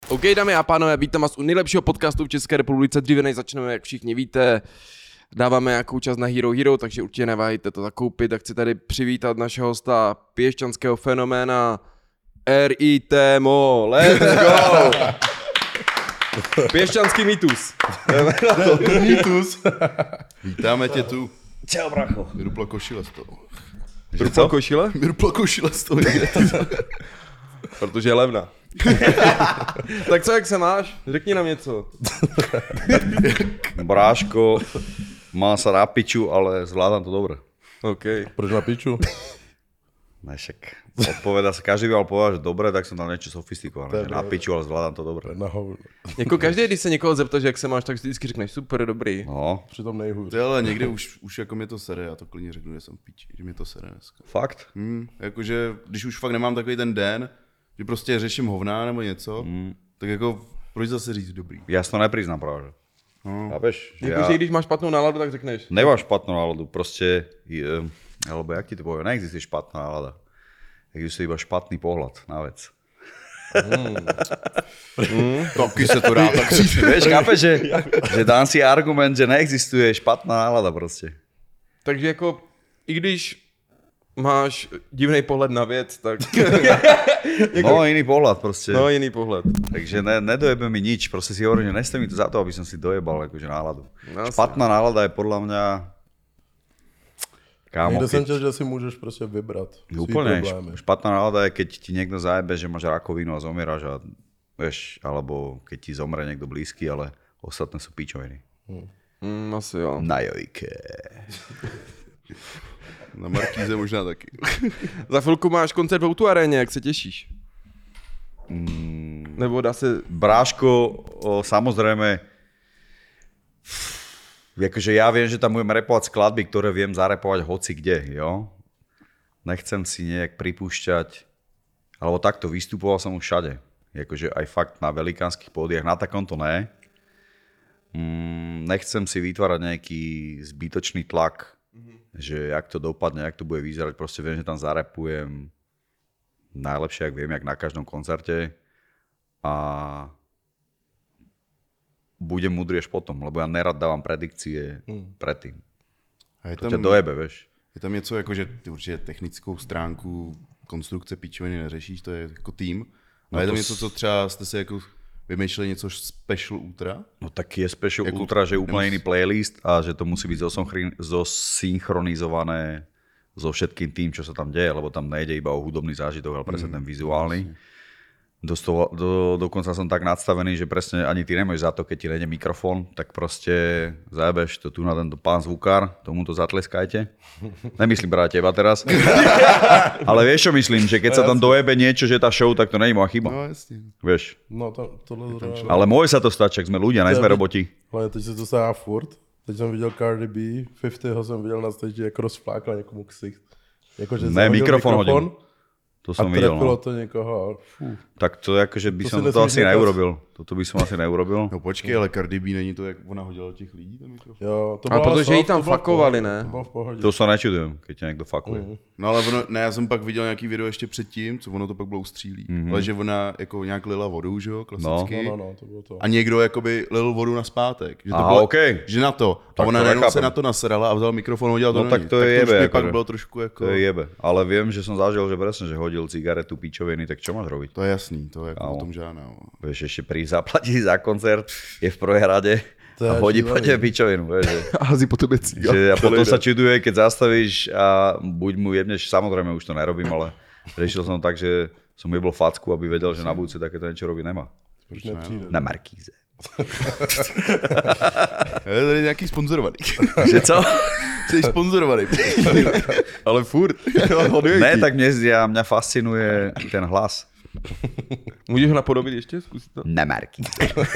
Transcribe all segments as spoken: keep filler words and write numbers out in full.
OK, dámy a pánové, vítám vás u nejlepšího podcastu v České republice. Dříve než začneme, jak všichni víte, dáváme nějakou čas na Hero Hero, takže určitě neváhejte to zakoupit. Tak chci tady přivítat našeho hosta, piešťanského fenoména R I T Mo. Let's go! Piešťanský mýtus. Mýtus. Vítáme tě tu. Čau, bracho. Mi dupla košile z toho. Rupla košile? Mi dupla košile z toho. Protože je levná. Tak co, jak se máš? Řekni nám něco. Bráško, má sa na piču, ale zvládam to dobre. OK. Proč na piču? Ne, však odpoveda sa, každý by mal povedať, že dobre, tak som tam niečo sofistikované. Na piču, ale zvládam to dobre. Na hovno. Jako každý, když se někoho zeptáš, jak se máš, tak vždycky řekneš super, dobrý. No, Přitom nejhůř. Ale někdy už, už jako mě to sere, já to klidně řeknu, že jsem v piči, že mě to sere dneska. fakt? Hmm, jakože, když už fakt nemám takový ten den, že prostě řeším hovná nebo něco, hmm. tak jako, proč zase říct dobrý? Ja si to nepriznám práve. No. Chápeš? Jakože Ja když máš špatnou náladu, tak řekneš. nemám špatnú náladu, proste, je, alebo jak ti to poviem, neexistuje špatná nálada. Existuje iba špatný pohľad na vec. Mm. Taky se to dá tak říct. Vieš, chápeš, že, že dám si argument, že neexistuje špatná nálada proste. Takže jako, i když máš divný pohled na věc, tak... jako, No, iný pohľad proste. no, jiný pohled. Takže ne, nedojebe mi nič, proste si hovorím, že nestojí mi to za to, aby som si dojebal akože náladu. No, Špatná nálada je podľa mňa... Kámo, Někde jsem keď... čel, že si můžeš prostě vybrat svý Úplne, problémy. špatná nálada je, keď ti niekto zajebe, že máš rakovinu a zomieraš a vieš, alebo keď ti zomre niekto blízky, ale ostatné sú pičoviny. Mm, asi jo. Na jojke. Na Markíze možná taky. Za chvilku máš koncert v Outu aréně, jak se těšíš? Mm. Nebo dá se... Bráško, o, samozrejme, akože ja viem, že tam budem repovať skladby, ktoré viem zarepovať hoci kde, jo? Nechcem si nejak pripúšťať, alebo takto, vystupoval som už všade. Akože aj fakt na velikánskych pódiach, na takomto ne. Mm, nechcem si vytvárať nejaký zbytočný tlak, mm-hmm. že jak to dopadne, jak to bude vyzerať, proste viem, že tam zarepujem najlepšie, jak viem, jak na každom koncerte. A budem múdry až potom, lebo ja nerad dávam predikcie hmm. predtým. A je To tam, ťa dojebe, vieš. je tam něco jako, že ty určitě technickou stránku konstrukce pičoviny neřešíš, to je jako tým. A No je tam to něco, co třeba jste si jako vymýšleli něco special ultra? No tak je Special Jako- Ultra, že je úplne nemus- iný playlist a že to musí byť zosochri- zosynchronizované so všetkým tým, čo sa tam deje, lebo tam nejde iba o hudobný zážitok, ale presne ten vizuálny. Dosto, do, dokonca som tak nadstavený, že presne ani ty nemáš za to, keď ti nejde mikrofón, tak proste zajebeš to tu na tento pán zvukár, tomuto zatleskajte. Nemyslím práve teba teraz. Ale vieš, čo myslím, že keď sa tam dojebe niečo, že tá show, tak to nie je moja chyba. No jasně. Vieš. No to, tohle zrovna. Ale môže sa to stať, čak sme ľudia, nejsme roboti. Ale teď se to stává furt. Teď jsem viděl Cardi B, päťdesiatho jsem viděl na stage, jako rozflákla někomu ksicht. Jako, že Ne, zahodil mikrofon hodil. To a som videl. trefilo No. to někoho. Fú. Tak to akože by To som si to nesmíš asi nechat. neurobil. Toto by som asi neurobil. No počkej, ale Cardi B není to, jak ona hodila těch lidí, ten mikrofon? Jo, to Ale bylo protože jí soft, tam to bylo v fakovali, pohodě, ne? To bylo v pohodě. To sa nečudujem, keď ťa niekto fakuje. Mhm. No ale ono, ne, já jsem pak viděl nějaký video ještě předtím, co ono to pak bylo ustřílí. Mm-hmm. Ale že ona jako nějak lila vodu, že jo, klasicky. No, no, no, to bylo to. A někdo jakoby lil vodu na zpátek. Že to Aha, bylo, okej. že na to. A Tak ona to najednou se nechápem. na to naserala a vzal mikrofon a hodila to No na tak ní. to je tak to už jebe, mi pak akože. bylo trošku jako... To je jebe. Ale viem, že som zažil, že presne, že hodil cigaretu, pičoviny, tak čo máš robiť? To je jasný, to je jako Áno. o tom žádná. jo. Vieš, ešte pri zaplatí za koncert je v prvej rade To je a hodí šílený. po tebe pičovinu. Vieš, že, A hází po tebe cíga. že a potom sa čuduje, keď zastavíš a buď mu jebneš, samozrejme už to nerobím, ale riešil som tak, že som jebol facku, aby vedel, že na budúce takéto niečo robiť nemá. Už nepřijde. Na Markíze. Je tady nějaký sponzorovaný. Že co? Jsi sponzorovaný. Ale furt. Ne, tak mne, ja, mňa fascinuje ten hlas. Můžeš ho napodobit ještě? Zkusit to. Na Markíze.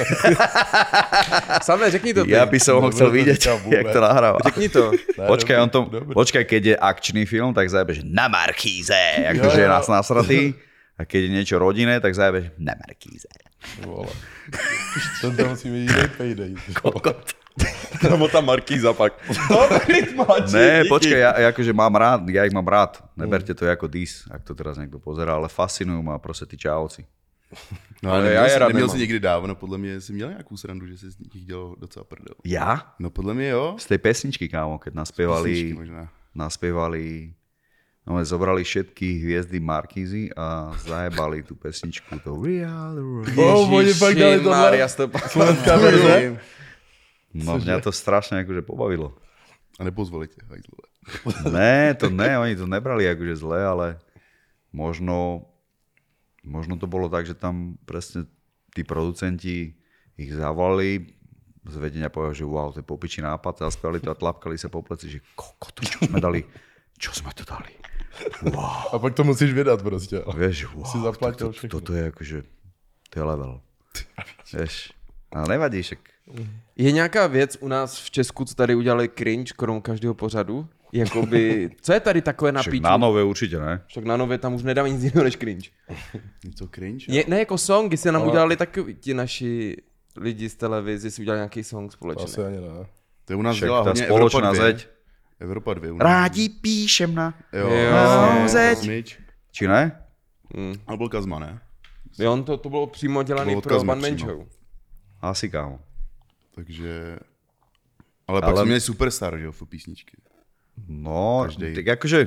Samé, řekni to ty. Ja by som ho Nebude chcel to vidieť, říkať vôbec. jak to nahráva. Řekni to. Počkaj, on to, dobrý. počkaj, keď je akčný film, tak zajebeš na Markíze, akože je nás nasratý. A keď je niečo rodinné, tak zajebeš na Markíze. Vole. Ten tam musí mít jiný payday. Nebo ta Markíza pak. Ne, počkaj, ja, ja akože mám rád, ja ich mám rád. Neberte to ako dis, ak to teraz niekto pozerá, ale fascinujú ma proste tí čávovci. No Ale ale já neměl, je jsi, rád neměl nemám. jsi někdy dávno, podle mě jsi měl nějakou srandu, že jsi z nich dělal docela prdel. Ja? No podle mě jo. Z tej pesničky, kámo, keď naspievali, Písničky možná. naspievali, no zobrali všetky hviezdy Markízy a zajebali tú pesničku, to Real World. Oh, oni fakt dali tohle. Ježišmarja, to Slovenská verze? No mňa to strašne akože pobavilo. A nepozvali tě, hajzlové. Ne, to ne, oni to nebrali akože zle, ale možno, možno to bolo tak, že tam presne tí producenti ich zavolali, z vedenia povedali, že wow, to je popičí nápad, zaspeli to a tlapkali sa po pleci, že koko, to čo sme dali, čo sme to dali. Wow. A pak to musíš vydat prostě. A vieš, že wow, Si zaplatil to, to, všechno. toto je akože, to je level. Vieš, ale nevadí, však. Je nějaká věc u nás v Česku, co tady udělali cringe krom každého pořadu? Jakoby, co je tady takové na Však piču? na nové určitě, ne? Však na nově tam už nedáme nic jiného než cringe. Něco cringe? Je, ne jako song, jestli nám udělali takový ti naši lidi z televize, si udělali nějaký song To společně. asi ani ne. To je u nás Však dělá tá hodně spoločná Evropa dvě. zeď. Evropa dvě. u nás. Rádi píšem na... Jo, Jo. jasně, Zeď. Kazmič. Či ne? A byl Kazma, ne? Jo, on to, to bylo přímo dělané bylo od pro Kazmy One Man přímo. Show. Asi, kámo. Takže... Ale pak Ale- jsme měli Superstar, že jo, v písničky. No, Každej. tak akože...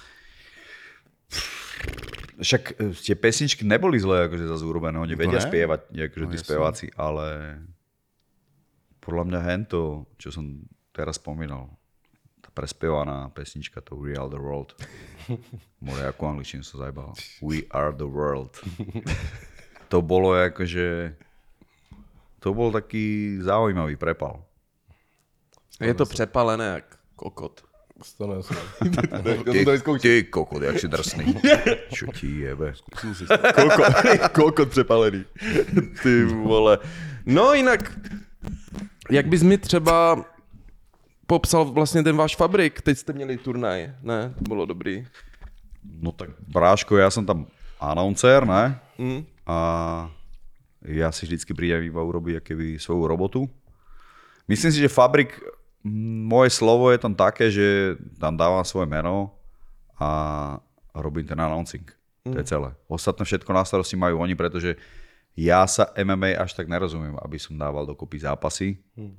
Však e, tie pesničky neboli zlé, akože zase urobené. Oni vedia ne? spievať, akože No, tí jasne. speváci, ale podľa mňa hento, čo som teraz spomínal, tá prespievaná pesnička, to We Are The World. More ako angličtinu som zajebal. We Are The World. To bolo akože... To bol taký zaujímavý prepal. Je to přepalené jak kokot. To ne, to Ty, ty kokot, jak si drsný. Čo ti jebe? Kokot, kokot přepalený. Ty vole. No jinak, jak bys mi třeba popsal vlastně ten váš Fabrik? Teď jste měli turnaj, ne? To bylo dobrý. No tak bráško, ja som tam announcer, ne? Mm. A ja si vždycky prídem iba urobiť akéby svoju robotu. Myslím si, že Fabrik, m, moje slovo je tam také, že tam dávam svoje meno a robím ten announcing. To je celé. Ostatné všetko na starosti majú oni, pretože ja sa em em á až tak nerozumiem, aby som dával dokopy zápasy.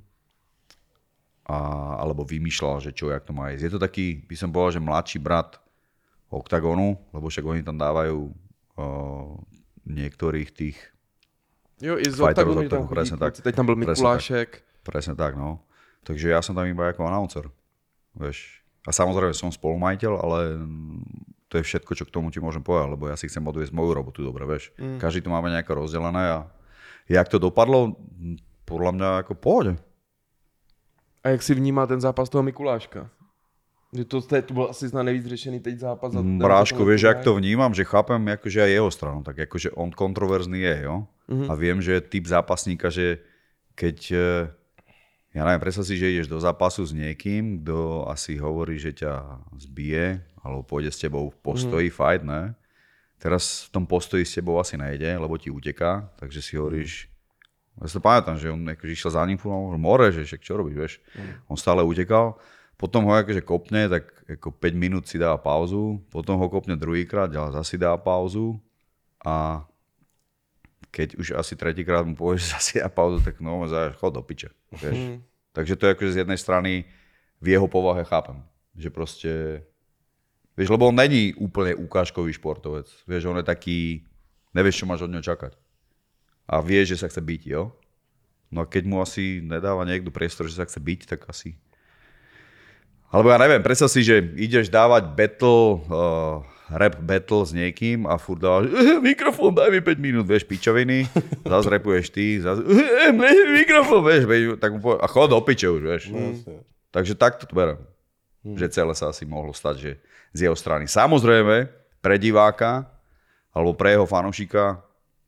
A, alebo vymýšľal, že čo, jak to má ísť. Je to taký, by som povedal, že mladší brat Oktagonu, lebo však oni tam dávajú o, niektorých tých, Jo, i z Fighterů Octagonu, z že tam Octagonu, chodí presne tak. kluci. Teď tam byl Presne Mikulášek. presne tak, no. Takže ja som tam iba ako announcer, vieš. A samozrejme som spolumajiteľ, ale to je všetko, čo k tomu ti môžem povedať, lebo ja si chcem odviesť moju robotu, dobre, vieš. Mm. Každý to máme nejako rozdelené a jak to dopadlo, podľa mňa ako pohode. A jak si vnímá ten zápas toho Mikuláška? Že to, to, to byl asi na nejvíc řešený teď zápas. za ten- Bráško, za ten vieš, jak to turnaj. vnímam, že chápem akože aj jeho stranu, tak akože on kontroverzný je, jo? Mm-hmm. A viem, že je typ zápasníka, že keď, eh, ja neviem, predstav si, že ideš do zápasu s niekým, kto asi hovorí, že ťa zbije, alebo pôjde s tebou v postoji, mm-hmm. fight, ne? Teraz v tom postoji s tebou asi nejde, lebo ti uteká, takže si hovoríš, ja si to pamätám, že on akože išiel za ním, no, more, že však čo robíš, vieš? Mm. On stále utekal. Potom ho akože kopne, tak ako päť minút si dá pauzu, potom ho kopne druhýkrát, ďalej zase dá pauzu a keď už asi tretíkrát mu povieš, že zase dá pauzu, tak no, chod do piče. Vieš. Mm. Takže to je akože z jednej strany v jeho povahe chápem, že proste, vieš, lebo on není úplne ukážkový športovec, vieš, on je taký, nevieš, čo máš od neho čakať. A vieš, že sa chce byť, jo? No a keď mu asi nedáva niekto priestor, že sa chce byť, tak asi... Alebo ja neviem, predstav si, že ideš dávať battle, uh, rap battle s niekým a furt dávaš eh, mikrofón, daj mi päť minút, vieš, pičoviny, zase rapuješ ty, zase eh, mikrofón, vieš, tak mu povie, a chod do piče už, vieš. Jasne. Takže takto to berem, hmm. že celé sa asi mohlo stať, že z jeho strany. Samozrejme, pre diváka, alebo pre jeho fanúšika,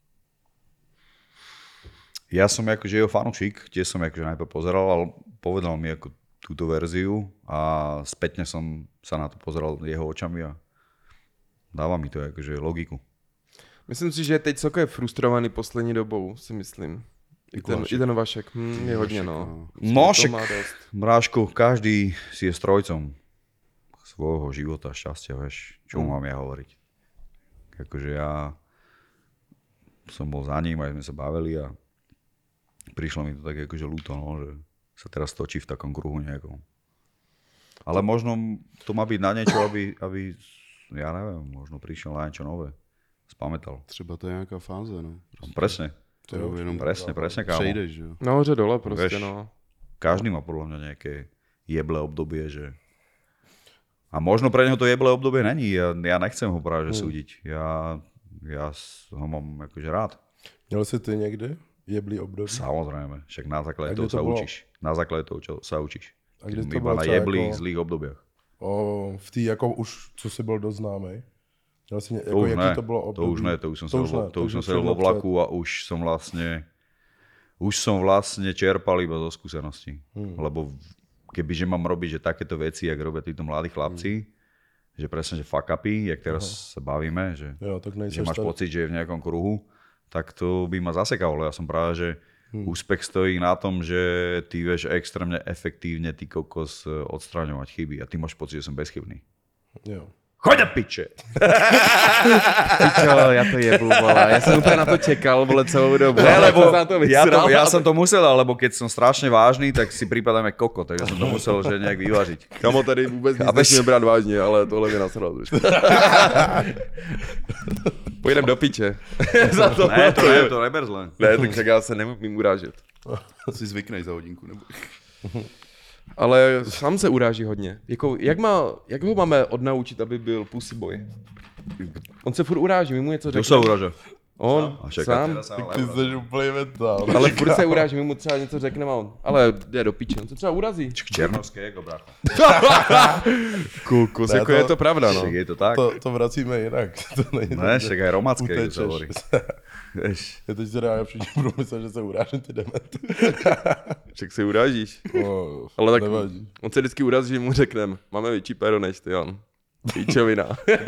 ja som akože jeho fanúšik, tiež som akože najprv pozeral, ale povedal mi ako túto verziu a spätne som sa na to pozeral jeho očami a dáva mi to akože logiku. Myslím si, že je teď Soko je frustrovaný poslední dobou, si myslím. I ten, i ten Vašek, hm, je hodně, no. No To však, má dost. Mráško, každý si je strojcom svojho života, šťastia, vieš, čo mu mám ja hovoriť. Akože ja som bol za ním, aj sme sa bavili a prišlo mi to tak akože ľúto, no, že sa teraz točí v takom kruhu nejakom. Ale možno to má byť na niečo, aby, aby ja neviem, možno prišiel na niečo nové. Spamätal. Třeba to je nějaká fáze, no. Prostě. Presne. To je jenom Presne, presne, kámo. přejdeš, že jo. Nahoře dole prostě, Vieš, no. Každý má podľa mňa nejaké jeblé obdobie, že... A možno pre neho to jeblé obdobie není. Ja, ja nechcem ho práve že súdiť. Ja, ja ho mám akože rád. Měl jsi ty někdy jeblý období? Samozrejme, však na základe A toho kde to sa bolo? učíš. Na základe toho čo sa učíš. A kde to Iba bylo na třeba jeblých jako- zlých obdobiach. O, v té jako už, co jsi byl dost známej. Měl jsi, ně- To jako, už jaký ne, to bylo to období? už ne, to už som To už sedel ne, to už som takže sedel vo všechno vlaku a už som vlastne už som vlastne čerpal iba zo skúseností. Hmm. Lebo kebyže mám robiť, že takéto veci, jak robia títo mladí chlapci, že presne, že fuck upy, jak teraz Aha. sa bavíme, že, Jo, tak že nejseš máš tady. pocit, že je v nejakom kruhu, tak to by ma zasekalo. Ja som práve, že úspech stojí na tom, že ty vieš extrémne efektívne ty kokos odstraňovať chyby a ty máš pocit, že som bezchybný. Jo. Choď a piče! Pičo, já to jebu, vole. Já jsem úplně na to čekal, vole, celou dobu. Ne, lebo jsem se na to ja, to, vysral. ja som to musel, lebo keď som strašne vážny, tak si prípadám jak koko, takže som to musel že nejak vyvážiť. Kamo, tady vůbec nic A bez- nesmíme brát vážně, ale tohle mě nasralo trošku. Pojdem do piče. Za to. Ne, to ne, to neber zle. Ne, tak, tak já se nemůžu urážet. Si zvyknej za hodinku, nebo... Ale sám se uráží hodně. Jako, jak, má, jak ho máme odnaučit, aby byl pussy boy? On se furt uráží, my mu něco To řekne. sa uraža. On A čeká sám. teraz, ale- Ty jsi úplně mentál. Ale furt se uráží, my mu třeba něco řekneme a on. Ale jde do piče, on se třeba urazí. Černovské jako brácho. Kukus, Ne, jako to- je to pravda, no. Však je to tak. To, to vracíme jinak. To není Ne, tak, že však aj romacké, jak sa utečeš. hovorí. Vieš. Já teď si reálně všichni budou myslet, že se urážím, ty dement. Však se urážíš. No, Ale tak nevadí. on se vždycky urazí, že mu řekneme, máme větší péro než ty, on. Píčovina.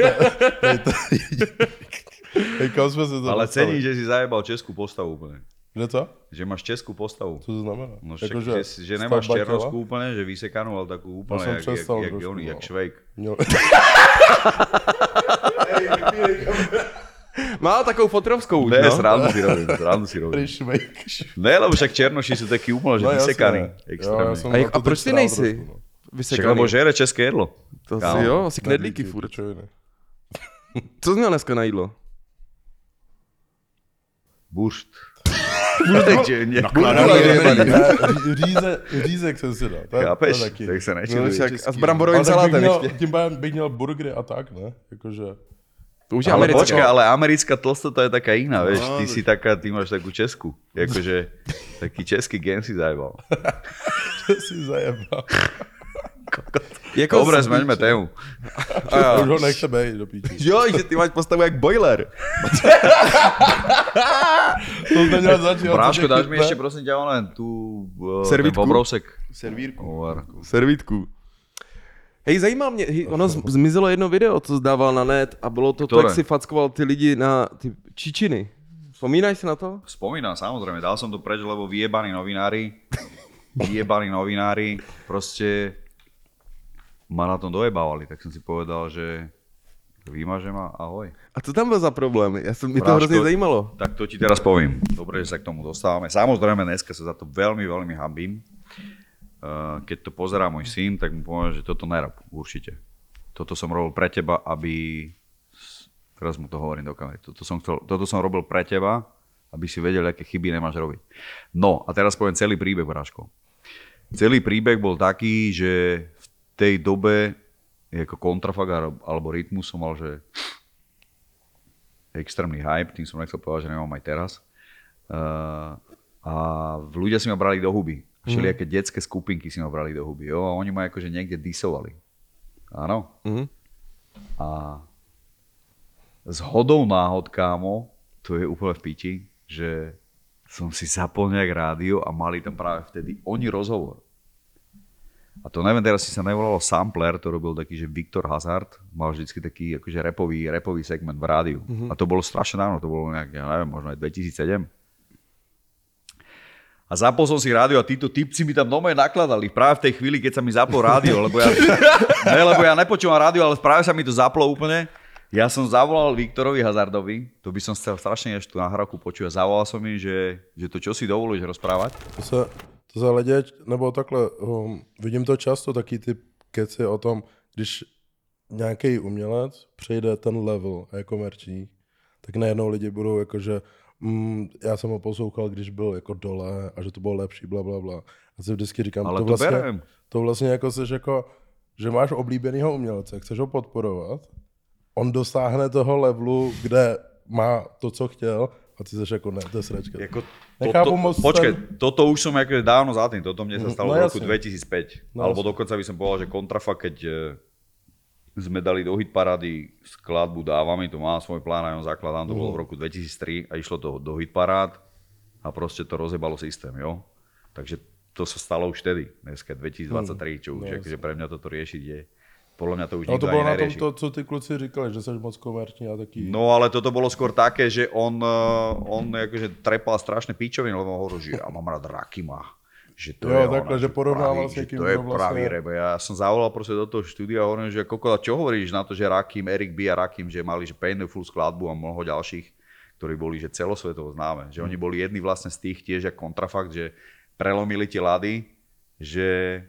Hej, kam jsme se to Ale dostali? cení, že si zajebal českú postavu úplne. Že co? Že máš českú postavu. Co to znamená? No však, Jako, že, že, že nemáš stavba černovskú těla? úplne, že vysekanú, ale takú úplne, jsem jak, jak, přestal jak, trošku, jak, no. jak švejk. Měl... Má takovou fotrovskou už, Ne, no. srandu si robím, srandu si robím. Prišvejk. Ne, lebo však černoši sú takí úplne, že No, jasne, vysekaní. ne. Jo, já Extrémne. jsem A, jak, na to a proč teď ty strál nejsi trošku, no. Však vysekaný? lebo žere české jedlo. To Kámo. si jo, asi knedlíky furt. Pičoviny. Co jsi měl dneska na jídlo? Buršt. Burštek, že ne, Ne, Říze, řízek jsem si dal. To je, to Chápeš? je taky. Tak se No, nečili. však, a s Ale bramborovým tak bych salátem měl, ještě. tím pádem bych měl burgery a tak, ne? Jakože... To už je Ale americké. počkaj, ale americká tlstota je taká iná, vieš, No, ty tak- si taká, ty máš takú českú, akože taký český gen si zajebal. Že si zajebal. Jako Dobre, zmeňme tému. Už ho nechte bejt do píči. Jo, že ty máš postavu jak boiler. To jsi neměl začít. Bráško, dáš mi ešte prosím ťa len tú uh, ten Servítku? obrousek. Servírku. Over. Servítku. Hej, zajímá mě, hej, ono z- zmizelo jedno video, co zdával na net a bylo to to, Ktoré? jak si fackoval ty lidi na ty čičiny. Vzpomínáš si na to? Spomínam, samozrejme, dal som to preč, lebo vyjebaní novinári, vyjebaní novinári, proste ma na tom dojebávali, tak som si povedal, že vymažem a ahoj. A co tam byl za problém? Já jsem, mě to Bráško, hrozně zajímalo. Tak to ti teraz poviem. Dobre, že sa k tomu dostávame. Samozrejme, dneska sa za to veľmi, veľmi hambím. Uh, keď to pozerá môj syn, tak mu poviem, že toto nerob, určite. Toto som robil pre teba, aby... Teraz mu to hovorím do kamery. Toto som, chcel, toto som robil pre teba, aby si vedel, aké chyby nemáš robiť. No, a teraz poviem celý príbeh, Bráško. Celý príbeh bol taký, že v tej dobe ako kontrafakt alebo rytmus som mal, že extrémny hype, tým som nechcel povedať, že nemám aj teraz. Uh, a ľudia si ma brali do huby. Všelijaké mm. detské skupinky si ma brali do huby. Jo? A oni ma akože niekde disovali. Áno. Mhm. A s hodou náhod, kámo, to je úplne v piti, že som si zapol nejak rádio a mali tam práve vtedy oni rozhovor. A to neviem, teraz si sa nevolalo Sampler, to robil taký, že Viktor Hazard, mal vždycky taký akože rapový, rapový segment v rádiu. Mm-hmm. A to bolo strašne dávno, to bolo nejak, ja neviem, možno aj dvetisícsedem. A zapol som si rádio a títo typci mi tam nové nakladali práve v tej chvíli, keď sa mi zaplo rádio, lebo ja, ne, lebo ja nepočúvam rádio, ale práve sa mi to zaplo úplne. Ja som zavolal Viktorovi Hazardovi, to by som chcel strašne ešte tú nahrávku počuť. Zavolal som mi, že, že to čo si dovolíš rozprávať. To se, to se lidé, nebo takhle, um, vidím to často, taky ty keci o tom, když nějaký umělec přejde ten level a je komerční, tak najednou lidi budou jakože, mm, já jsem ho poslouchal, když byl jako dole a že to bylo lepší, bla, bla, bla. A si vždycky říkám, Ale to, to vlastně, berem. to vlastně jako jsi jako, že máš oblíbenýho umělce, chceš ho podporovat, on dosáhne toho levelu, kde má to, co chtěl, a ty jsi jako ne, to je sračka. Jako Nechápu toto, moc počkej, ten- toto už som akože dávno za tým, toto mne sa stalo No v roku jasne. dvetisícpäť. No Alebo jasne. dokonca by som povedal, že Kontrafakt, keď e, sme dali do hitparády skladbu Dávami, to má svoj plán a on zakladám, to bolo v roku dvetisíctri a išlo to do hitparád a proste to rozjebalo systém, jo. Takže to sa stalo už vtedy, dneska dvetisícdvadsaťtri, čo už No akože pre mňa toto riešiť je. Podľa mňa to už No nikto to bylo ani na tom nerieši. to, co ty kluci říkali, že jsi moc komerční a taky. No ale toto bolo skôr také, že on, eh, on akože trepal strašné píčoviny, lebo hovoril, že ja mám rád Rakima. Že to Jo, je takhle, ona, že porovnával pravý, s že niekým, to je kto vlastne- pravý rap. Ja som zavolal proste do toho štúdia a hovorím, že koko, čo hovoríš na to, že Rakim, Eric B a Rakim, že mali že Painful skladbu a mnoho ďalších, ktorí boli že celosvetovo známe. Že oni boli jedni vlastne z tých tiež ako Kontrafakt, že prelomili tie lady, že,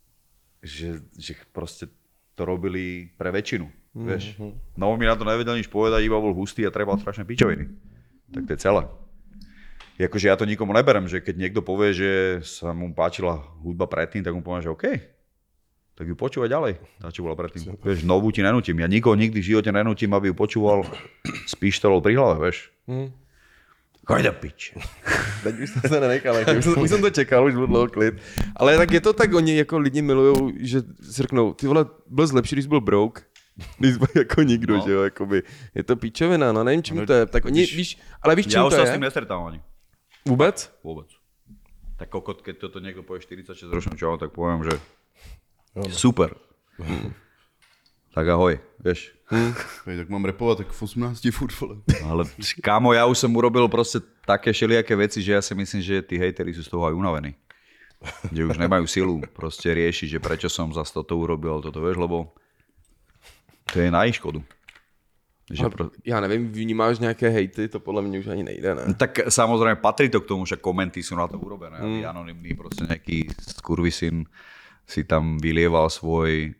že, že proste to robili pre väčšinu, mm-hmm. vieš. No on mi na to nevedel nič povedať, iba bol hustý a trebal strašné pičoviny. Tak to je celé. Jakože ja to nikomu neberem, že keď niekto povie, že sa mu páčila hudba predtým, tak mu poviem, že OK. Tak ju počúvaj ďalej, tá čo bola predtým. Vieš, novú ti nenutím. Ja nikoho nikdy v živote nenutím, aby ju počúval s pištolou pri hlave, vieš. Hmm. Choď do piče. Teď už jsem se nenechal, už jsem, už jsem to čekal, už byl dlouho klid. Ale tak je to tak, oni jako lidi milujou, že si řeknou, ty vole, byl zlepší, když byl broke. Když byl jako nikdo, No. že jo, jakoby. Je to píčovina, no nevím, čím No, to je. Tak oni, když- víš, ale víš, čím Ja už to sa je? s tým nestretám ani. Vůbec? Vôbec. Tak kokot, keď toto niekto povie štyridsaťšesť ročným čavom, tak poviem, že Jo, no. super. Tak ahoj, vieš. Hej, tak mám repovat, tak v osmnácti furt, vole. Ale kámo, ja už som urobil proste také všelijaké veci, že ja si myslím, že tí hejteri sú z toho aj unavení. Že už nemajú silu proste riešiť, že prečo som zase toto urobil, toto vieš, lebo to je na ich škodu. Že Ale pro... já nevím, vnímáš nějaké hejty, to podle mě už ani nejde, ne? Tak samozrejme patrí to k tomu, že komenty sú na to urobené. Mm. Aby anonymný proste nejaký skurvisyn si tam vylieval svoj...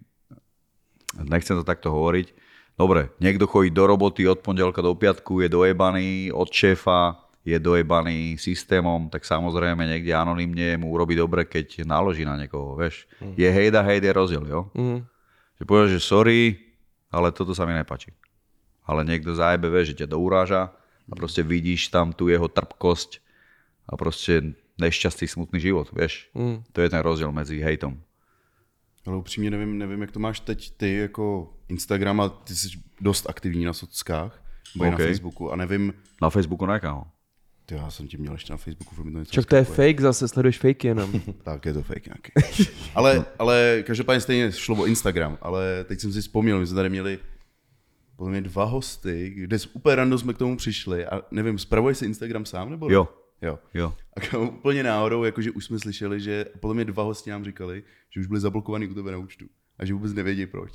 Nechcem to takto hovoriť. Dobre, niekto chodí do roboty od pondelka do piatku, je dojebaný od šéfa, je dojebaný systémom, tak samozrejme niekde anonymne mu urobí dobre, keď naloží na niekoho, vieš. Mm. Je hejt a hejt je rozdiel, jo? Mm. Že povieš, že sorry, ale toto sa mi nepáči. Ale niekto zajebe, vieš, že ťa douráža a proste vidíš tam tú jeho trpkosť a proste nešťastný, smutný život, vieš. Mm. To je ten rozdiel medzi hejtom. Ale upřímně nevím, nevím, jak to máš teď ty jako Instagram a ty jsi dost aktivní na sockách, nebo okay. OK. na Facebooku a nevím, Na Facebooku nekáho. ty, já jsem ti měl ještě na Facebooku, furt mi to něco Čak to je skakuje. fake, zase sleduješ fake jenom. Tak je to fake nějaký. ale, ale každopádně stejně šlo o Instagram, ale teď jsem si vzpomněl, my jsme tady měli podle mě dva hosty, kde z- úplně random jsme k tomu přišli a nevím, spravuješ si Instagram sám nebo ne? Jo. Jo. Jo. A kámo, úplně náhodou, jakože už jsme slyšeli, že podle mě dva hosti nám říkali, že už byli zablokovaní u tebe na účtu a že vůbec nevědí proč.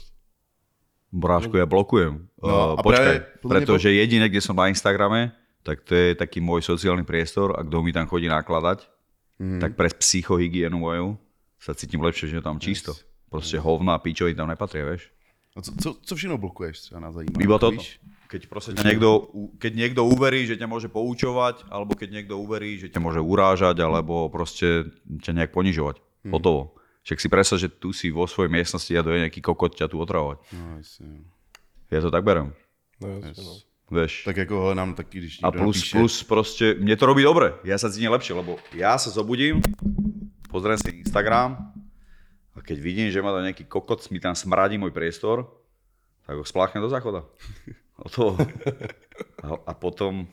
Brášku, ja blokujem. No, uh, a počkaj, práve podľa mňa pretože jediné, kde som na Instagrame, tak to je taký môj sociálny priestor a kto mi tam chodí nakladať, mm. tak pre psychohygienu moju sa cítim lepšie, že je tam čisto. Yes. Proste hovna a pičovi tam nepatria, vieš. A co, co, co všechno blokuješ třeba na zajímavé? Iba toto. Keď proste ťa niekto, keď niekto uverí, že ťa môže poučovať, alebo keď niekto uverí, že ťa môže urážať, alebo proste ťa nejak ponižovať. Hmm. Hotovo. Však si predstav, že tu si vo svojej miestnosti a dojde nejaký kokot ťa tu otravovať. No, jasně. Ja to tak berem. No, jasne, no. Vieš. Tak jako hele, nám taky, když A někdo plus, napíše, plus proste, mne to robí dobre. Ja sa cítim lepšie, lebo ja sa zobudím, pozriem si Instagram a keď vidím, že ma tam nejaký kokot, mi tam smradí môj priestor, tak ho spláchnem do záchoda. O to. A, a potom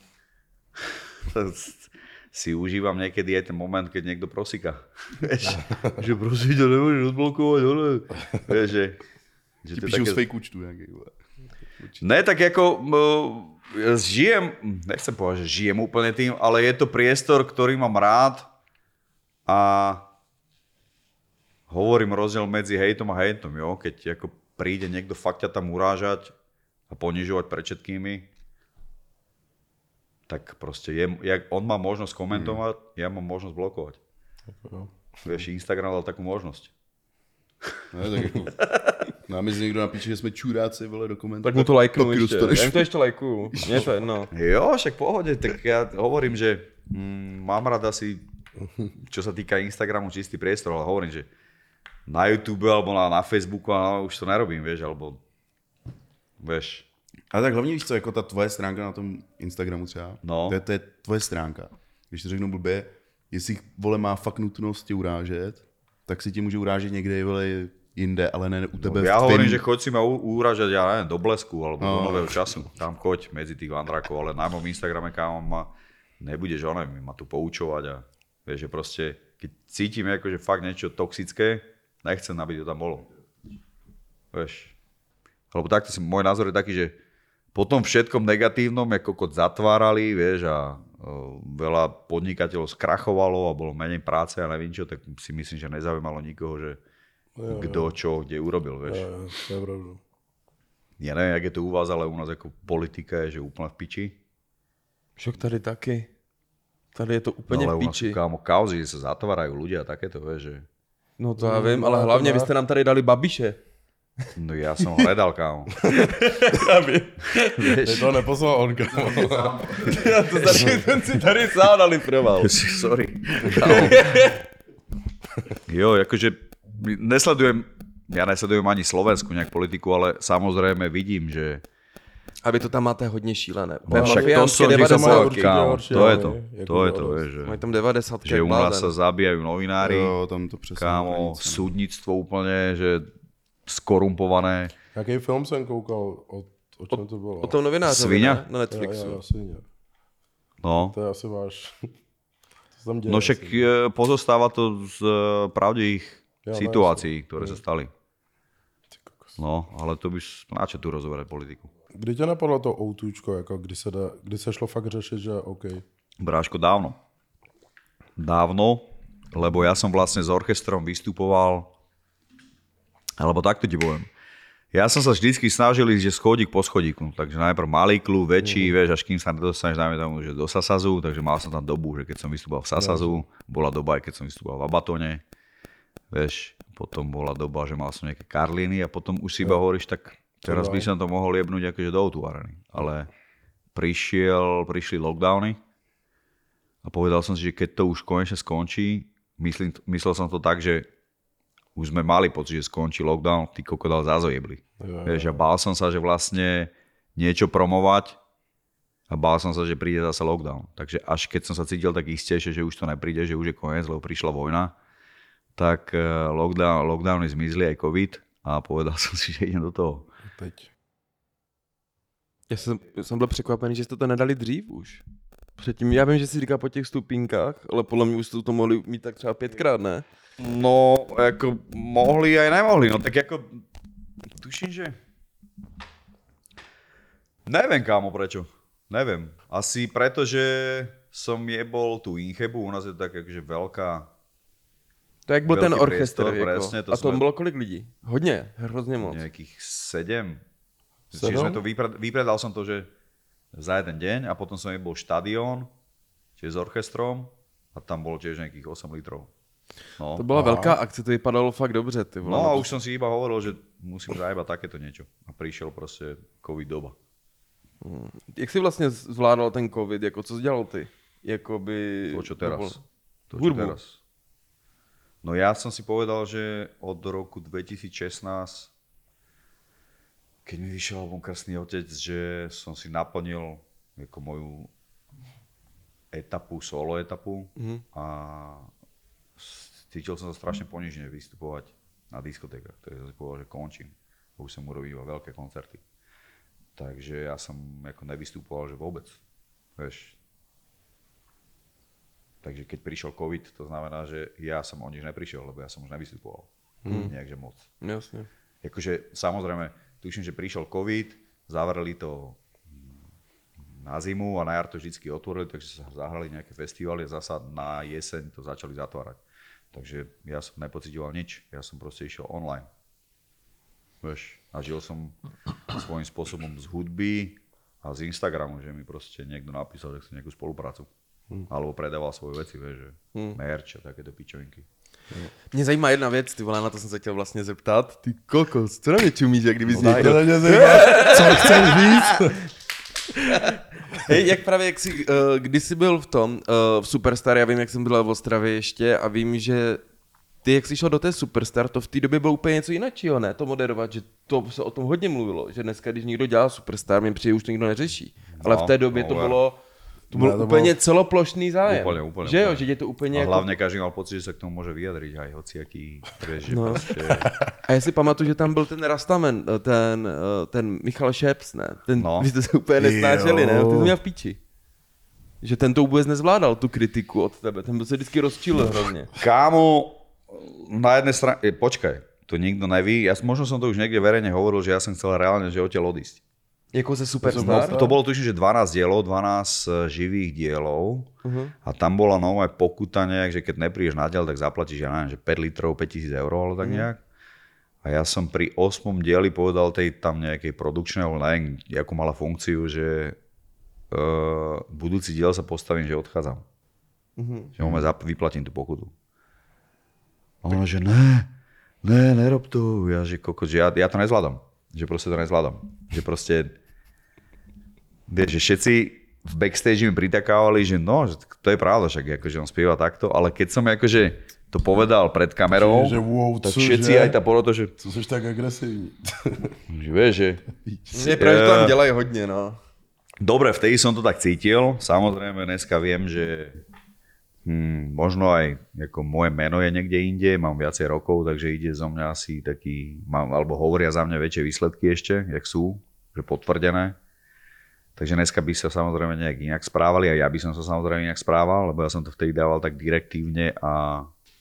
si užívam niekedy aj ten moment, keď niekto prosíka. Vieš, že prosím ťa, nemôžeš odblokovať, ale... Vieš, že... že ti to je píšou také- z fake účtu nějaký. vole. Ne, tak ako uh, žijem, nechcem povedať, že žijem úplne tým, ale je to priestor, ktorý mám rád a hovorím rozdiel medzi hejtom a hejtom, jo? Keď ako príde niekto fakt ťa tam urážať a a ponižovať pred všetkými, tak proste je, jak on má možnosť komentovať, mm. ja mám možnosť blokovať. No. Vieš, Instagram dal takú možnosť. Ne, tak jako, nám si někdo napíše, že jsme čuráci, vole, do komentářů. Tak mu to lajknu Taky ještě. dostaneš. Ja im to ešte lajkuju. Nie to jedno. Jo, však pohode, tak ja hovorím, že mm, mám rád asi, čo sa týka Instagramu, čistý priestor, ale hovorím, že na YouTube alebo na, na Facebooku ale už to nerobím, vieš, alebo vieš. Ale tak hlavně víš co, jako ta tvoje stránka na tom Instagramu třeba, No. to, je, to je tvoje stránka. Když to řeknu blbě, jestli vole má fakt nutnost tě urážet, tak si tě může urážet někde vole jinde, ale ne u tebe. No, ja v hovorím, tvém... že choď si ma úražať, ja neviem, do Blesku alebo No. do Nového času. Tam choď medzi tých vandrákov, ale na mojom Instagrame, kámo, ma nebudeš, že neviem, ma tu poučovať a vieš, že proste, keď cítim akože fakt niečo toxické, nechcem, aby to tam bolo. Vieš. Lebo takto si, môj názor je taký, že po tom všetkom negatívnom, ako kokot zatvárali, vieš, a o, veľa podnikateľov skrachovalo a bolo menej práce a neviem čo, tak si myslím, že nezaujímalo nikoho, že Jo, kto čo, kde urobil, vieš. Jo, jo, to je pravda. Ja neviem, jak je to u vás, ale u nás ako politika je, že úplne v piči. Však tady taky. Tady je to úplně ale v u nás sú, piči. kámo, kauzy, že sa zatvárajú ľudia a takéto, vieš, že... No to já vím, No, ale to hlavně má- vy jste nám tady dali Babiše. No ja som hledal, kámo. Ty to neposlal on, kámo. Já to tady, ten si tady sám dali proval. Sorry. Kámo. Jo, akože nesledujem, ja nesledujem ani Slovensku nejak politiku, ale samozrejme vidím, že A vy to tam máte hodně šílené. no, však to Mafiánské sú, že sa devadesátky. povedal, kámo, horšie, to je ale to, jako to je to, dost. vieš, že, Mají tam devadesátky. že u nás sa zabíjajú novinári, Jo, tam to přesně. kámo, hranice, no. súdnictvo úplne, že skorumpované. Jaký film jsem koukal, o, o čem to bylo? O tom novinářovi, Sviňa? ne? Na Netflixu. Jo, jo, svině. No, To je asi váš... To se tam děje no však asi. e, pozostáva to z e, pravdivých Ja, situácií, ktoré sa no. stali. Ty kokos. No, ale to bys na čo tu rozoberať politiku. Kdy tě napadlo to outůčko, jako kdy se, dá, kdy se šlo fakt řešit, že OK. Bráško, dávno. Dávno, lebo ja som vlastne s orchestrom vystupoval, alebo takto ti poviem. Ja som sa vždycky snažil ísť, že schodík po schodíku. Takže najprv malý klub, väčší, mm. vieš, až kým sa nedostaneš, dajme tomu, že do Sasazu, takže mal som tam dobu, že keď som vystupoval v Sasazu, bola doba aj keď som vystupoval v Abatone, vieš, potom bola doba, že mal som nejaké Karliny a potom už si iba hovoríš, tak teraz by som to mohol jebnúť akože do otvárený. Ale prišiel, prišli lockdowny a povedal som si, že keď to už konečne skončí, myslím, myslel som to tak, že už sme mali pocit, že skončí lockdown, ty kokodal zazojebli. Vieš, a bál som sa, že vlastne niečo promovať a bál som sa, že príde zase lockdown. Takže až keď som sa cítil tak istejšie, že už to nepríde, že už je koniec, lebo prišla vojna, tak lockdown, lockdowny zmizli aj covid a povedal som si, že idem do toho. Teď. Já jsem, jsem byl překvapený, že jste to nedali dřív už. Předtím, já vím, že si říká po těch stupínkách, ale podle mě už jste to mohli mít tak třeba pětkrát, ne? No, ako mohli aj nemohli, no tak ako tuším, že neviem, kámo, prečo. Neviem. Asi preto, že som jebol tú Inchebu, u nás je to tak akože veľká. To jak byl Velký ten orchestr, priestor, jako. presne, to A to sme- bylo kolik lidí? Hodně, hrozně moc. Nejakých sedem. Sedem? Čiže sme to vypred, vypredal som to, že za jeden deň a potom som jebol štadión, čiže s orchestrom a tam bolo tiež nejakých osem litrov. No. To byla velká akce, to vypadalo fakt dobře, ty vole. No a už som si iba hovoril, že musím zajebať takéto niečo. A prišiel proste covid doba. Jak jsi vlastně zvládal ten covid, jako co jsi dělal ty? Jakoby... To, čo teraz. To, čo Hudbu. teraz. No ja som si povedal, že od roku dvetisícšestnásť, keď mi vyšiel album Krstný otec, že som si naplnil ako moju etapu, solo etapu Mhm. a cítil som sa strašne ponižne vystupovať na diskotékach. Takže som si povedal, že končím. Už som urobil veľké koncerty. Takže ja som ako nevystupoval, že vôbec. Vieš. Takže keď prišiel covid, to znamená, že ja som o nič neprišiel, lebo ja som už nevystupoval. Hmm. Nejakže moc. Jasně. Jakože samozrejme, tuším, že prišiel covid, zavreli to na zimu a na jar to vždycky otvorili, takže sa zahrali nejaké festivaly a zasa na jeseň to začali zatvárať. Takže ja som nepocitoval nič, ja som proste išiel online. Vieš. A žil som svojím spôsobom z hudby a z Instagramu, že mi proste niekto napísal, že chce nejakú spoluprácu. Hmm. Alebo predával svoje veci, vieš, že hmm. merch a takéto pičovinky. Mě zajímá jedna věc, ty vole, na to jsem se chtěl vlastně zeptat. Ty kokos, co na mě čumíš, jak kdyby jsi No, někdo... to mě zajímá, co chceš říct? Hej, jak právě, jak jsi, uh, když jsi byl v tom, uh, v Superstar, já vím, jak jsem byl v Ostravě ještě a vím, že ty, jak jsi šel do té Superstar, to v té době bylo úplně něco jiného, ne? To moderovat, že to se o tom hodně mluvilo, že dneska, když někdo dělá Superstar, mě přijde, už to nikdo neřeší. Ale No, v té době no, to no, bylo... To byl Ne, to úplně bylo... celoplošný zájem. Úplne, úplne. Že jo, úplne. že je to úplně A jako... hlavne každý mal pocit, že sa k tomu môže vyjadriť aj hociaký, vieš, že No. proste... A já si pamatuju, že tam byl ten Rastaman, ten, ten Michal Šeps, ne? Ten, No. vy jste se úplně nesnášeli, ne? Jo. Ty jsi měl v píči. Že ten to vůbec nezvládal, tu kritiku od tebe. Ten byl se vždycky rozčilil hrozně. Kámo, na jednej strane... E, počkaj, to nikto neví. Ja, možno som to už niekde verejne hovoril, že ja som chcel reálne, že odtiaľ odísť. Jako ze No, Superstar? to bolo tuším, že dvanásť dielov, dvanásť živých dielov uh-huh. a tam bola nová pokuta nejak, že keď neprídeš na diel, tak zaplatíš, ja neviem, že päť litrov, päťtisíc eur, ale tak nejak. A ja som pri ôsmom dieli povedal tej tam nejakej produkčnej, ale neviem, akú mala funkciu, že uh, budúci diel sa postavím, že odchádzam. Uh-huh. Že mu zap- vyplatím tú pokutu. A ona, že ne, ne, nerob to. Ja, že kokos, že ja, ja to nezvládam. Že proste to nezvládam. Že proste... Vieš, že všetci v backstage mi pritakávali, že no, že to je pravda, však akože on spieva takto, ale keď som akože to povedal pred kamerou, Že wow, tak cože? všetci aj tá porota, že, Co jsi tak agresivní? že vieš, že... Mně právě to tam dělají hodně, no. Dobre, vtedy som to tak cítil, samozrejme dneska viem, že hm, možno aj ako moje meno je niekde inde, mám viacej rokov, takže ide zo mňa asi taký, mám, alebo hovoria za mňa väčšie výsledky ešte, jak sú, že potvrdené. Takže dneska by sa samozrejme nejak inak správali a ja by som sa samozrejme inak správal, lebo ja som to vtedy dával tak direktívne a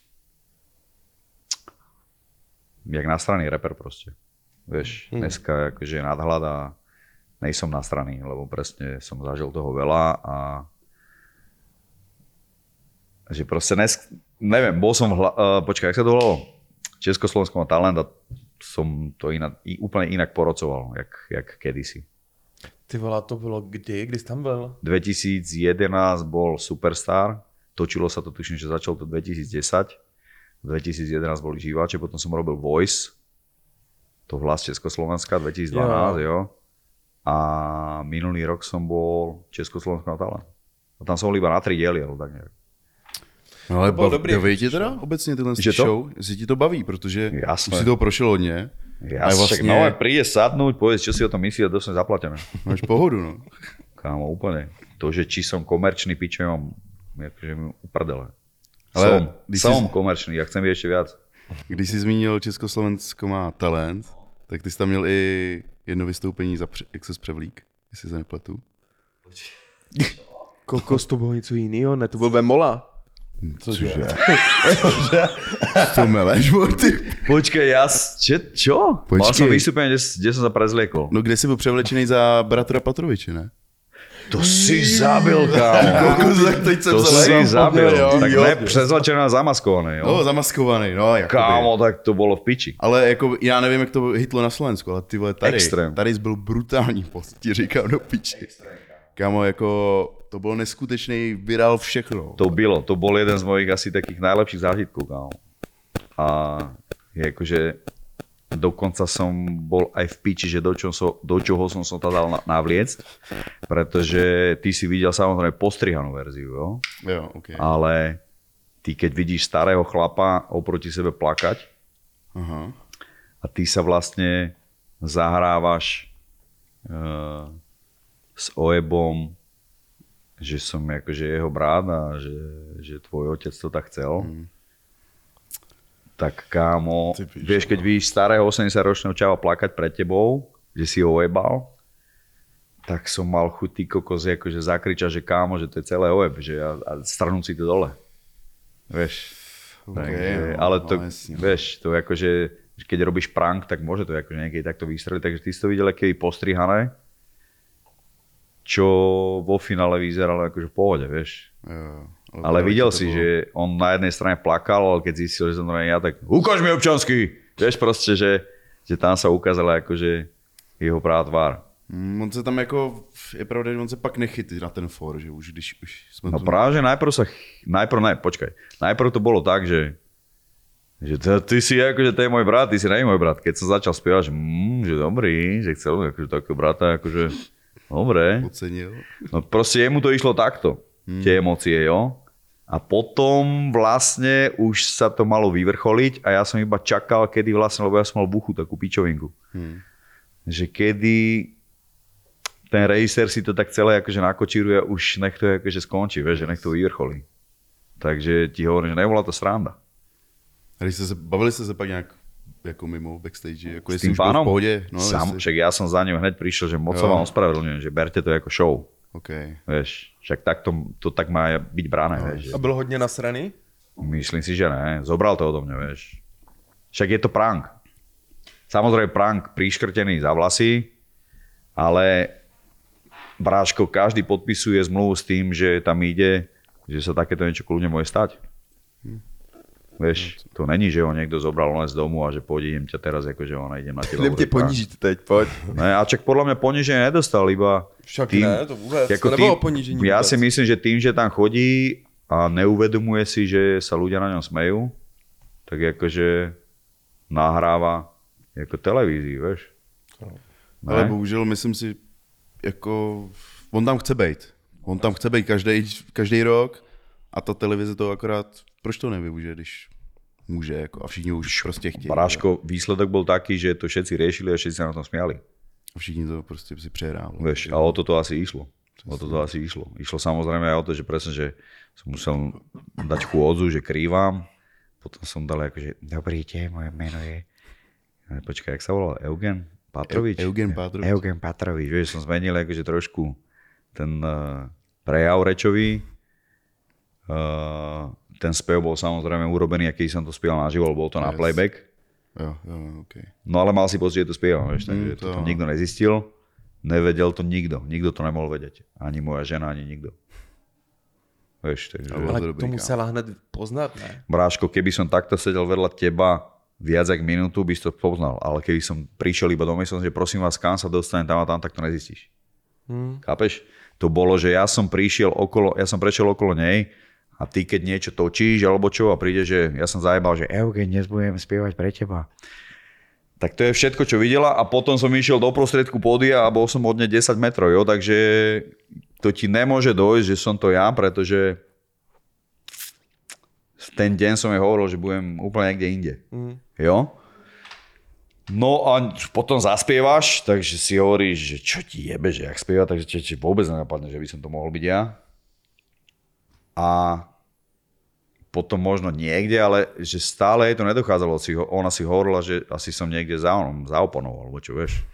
jak nastranný reper proste. Vieš, dneska akože je nadhľad a nejsom nastranný, lebo presne som zažil toho veľa a že proste dnes, neviem, bol som v hla... Uh, počkaj, jak sa to volalo? Československom talent a som to inak, úplne inak porocoval, jak, jak kedysi. Ty vole, to bylo kdy? Kdy jsi tam byl? dvetisíc jedenásť bol Superstar, točilo sa to, tuším, že začalo to dvetisíc desať. dvetisíc jedenásť boli živáče, potom som robil Voice, to hlas Československa, dvetisíc dvanásť, jo. jo. A minulý rok som bol Československom talent. A tam som bol iba na tri diely, alebo tak nejak. No ale bylo bav, dobrý, baví tě teda obecně tyhle Že to? show? Jestli ti to baví, protože Jasné. už si toho prošel hodně. Ja Aj vlastne... však no, príde sadnúť, povedz, čo si o tom myslí a dosť zaplatíme. Máš pohodu, no. Kámo, úplne. To, že či som komerčný, piče, mám akože mi uprdele. Ale som, když som si- komerčný, ja chcem ešte viac. Když jsi zmínil Československo má talent, tak ty jsi tam měl i jedno vystoupení za pře- jak ses převlík, jestli se nepletu. Kokos, to bylo něco jiného, ne? To byl Vemola. Cože? To meleš, ty. Počkej, ja... Čo? čo? Počkej. Mal som vystúpenie, kde, kde som sa prezliekol. No kde jsi byl převlečený za bratra Patroviče, ne? To si zabil, kámo. Kokos, tak teď jsem To se si zabil. jo, Tak jo. ne, prezlačené a zamaskované, jo. No, zamaskovaný, no, jakoby. Kámo, tak to bolo v piči. Ale jako, já nevím, jak to hitlo na Slovensku, ale ty vole, tady, Extrém. tady jsi byl brutální post, ti říkám do piči. Kámo, jako, to bylo neskutečný, vyral všechno. To bylo, to bol jeden z mojich asi takých najlepších zážitkov, kámo. A je akože dokonca som bol aj v piči, že do, čo som, do čoho som sa to dal navliecť, pretože ty si videl samozrejme postrihanú verziu, jo? Jo, okay. Ale ty keď vidíš starého chlapa oproti sebe plakať Aha. a ty sa vlastne zahrávaš uh, s Oebom, že som akože jeho brat a že, že tvoj otec to tak chcel. Mm. Tak kámo, Ty píš, vieš, keď vidíš starého osemdesiatročného čava plakať pred tebou, že si ho ojebal, tak som mal chuť ty kokos akože zakričať, že kámo, že to je celé Oeb, že a, a strhnúť si to dole. Vieš. Okay, Takže, no, ale to, no, jasne. vieš, to je akože, keď robíš prank, tak môže to akože niekedy takto vystreliť, takže ty si to videl aké postrihané, čo vo finále vyzeralo akože v pohode, vieš. Jo, Ale to videl to si, bolo- že on na jednej strane plakal, ale keď zistil, že som to ja, tak ukáž mi občansky! Vieš proste, že že tam sa ukázala akože jeho pravá tvár. Mm, on se tam jako, je pravda, že on se pak nechytí na ten for, že už když už jsme No tu... práve, že najprv sa, najprv, ne, počkaj, najprv to bolo tak, že že to, ty si akože to je môj brat, ty si nie môj brat. Keď som začal spievať, že, mm, že dobrý, že chcel akože takého brata, akože dobre. Ocenil. No proste jemu to išlo takto, hmm. tie emócie, jo. A potom vlastne už sa to malo vyvrcholiť a ja som iba čakal, kedy vlastne, lebo ja som mal v uchu takú pičovinku. Hmm. Že kedy ten režisér si to tak celé akože nakočíruje a už nech to akože skončí, vieš, že nech to vyvrcholí. Takže ti hovorím, že nebola to sranda. A když jste se, bavili jste se pak nějak jako mimo backstage, jako s jestli tým už byl v pánom? pohodě? No, Sam, jestli... však ja som za ňou hneď prišiel, že moc sa vám ospravedlňujem, že berte to ako show. Okay. Vieš, však tak to, to tak má byť brané, No. vieš. A byl hodně nasraný? Myslím si, že ne. Zobral to odo mňa, vieš. Však je to prank. Samozrejme prank priškrtený za vlasy, ale bráško, každý podpisuje zmluvu s tým, že tam ide, že sa takéto niečo kľudne môže stať. Hm. Vieš, to není, že ho niekto zobral len z domu a že pôjde, idem ťa teraz, akože ona idem na teba. Jdem tě ponížit teď, pojď. Ne, a čak podľa mňa poníženie nedostal, iba Však tým, ne, to vůbec, ako to nebylo tým- ponížení Ja vůbec. si myslím, že tým, že tam chodí a neuvedomuje si, že sa ľudia na ňom smejú, tak akože nahráva ako televízii, vieš. Ale bohužel myslím si, jako on tam chce být. On tam chce být každý, každý rok a ta televize to akorát, proč to nevyužije, když může jako, a všichni už prostě chtějí. Baráško, výsledok bol taký, že to všetci riešili a všetci sa na tom smiali. A všichni to prostě si přehrávali. Vieš, a o to to asi išlo. O to to asi išlo. Išlo samozrejme aj o to, že presne, že som musel dať chôdzu, že krývam. Potom som dal akože, dobrý deň, moje meno je... Počkaj, jak sa volal? Eugen Patrovič? Eu- Eugen Patrovič. Eugen Patrovič. Vieš, som zmenil akože trošku ten uh, prejav rečový. Uh, ten spev bol samozrejme urobený, aký som to spieval naživo, bol to na Yes. playback. Jo, jo, okay. No ale mal si pocit, že to spievam, vieš, takže Mm, to to- tam nikto nezistil. Nevedel to nikto, nikto to nemohol vedieť. Ani moja žena, ani nikto. Vieš, takže... Ale- Ale to dobrý, to kámo. musela hned poznat, ne? Bráško, keby som takto sedel vedľa teba viac jak minútu, by si to poznal. Ale keby som prišiel iba do miestnosti, že prosím vás, kam sa dostanem tam a tam, tak to nezistíš. Hmm. Chápeš? To bolo, že ja som prišiel okolo, ja som prešiel okolo nej a ty keď niečo točíš alebo čo a príde, že ja som zajebal, že Eugen, dnes budem spievať pre teba. Tak to je všetko, čo videla a potom som išiel do prostriedku pódia a bol som od nej desať metrov, jo, takže to ti nemôže dojsť, že som to ja, pretože v ten deň som jej hovoril, že budem úplne niekde inde, Mm. jo. No a potom zaspievaš, takže si hovoríš, že čo ti jebe, že jak spieva, takže či, či vôbec nenapadne, že by som to mohol byť ja. A potom možno niekde, ale že stále jej to nedochádzalo. Si ho, ona si hovorila, že asi som niekde za onom, zaoponoval, alebo čo vieš.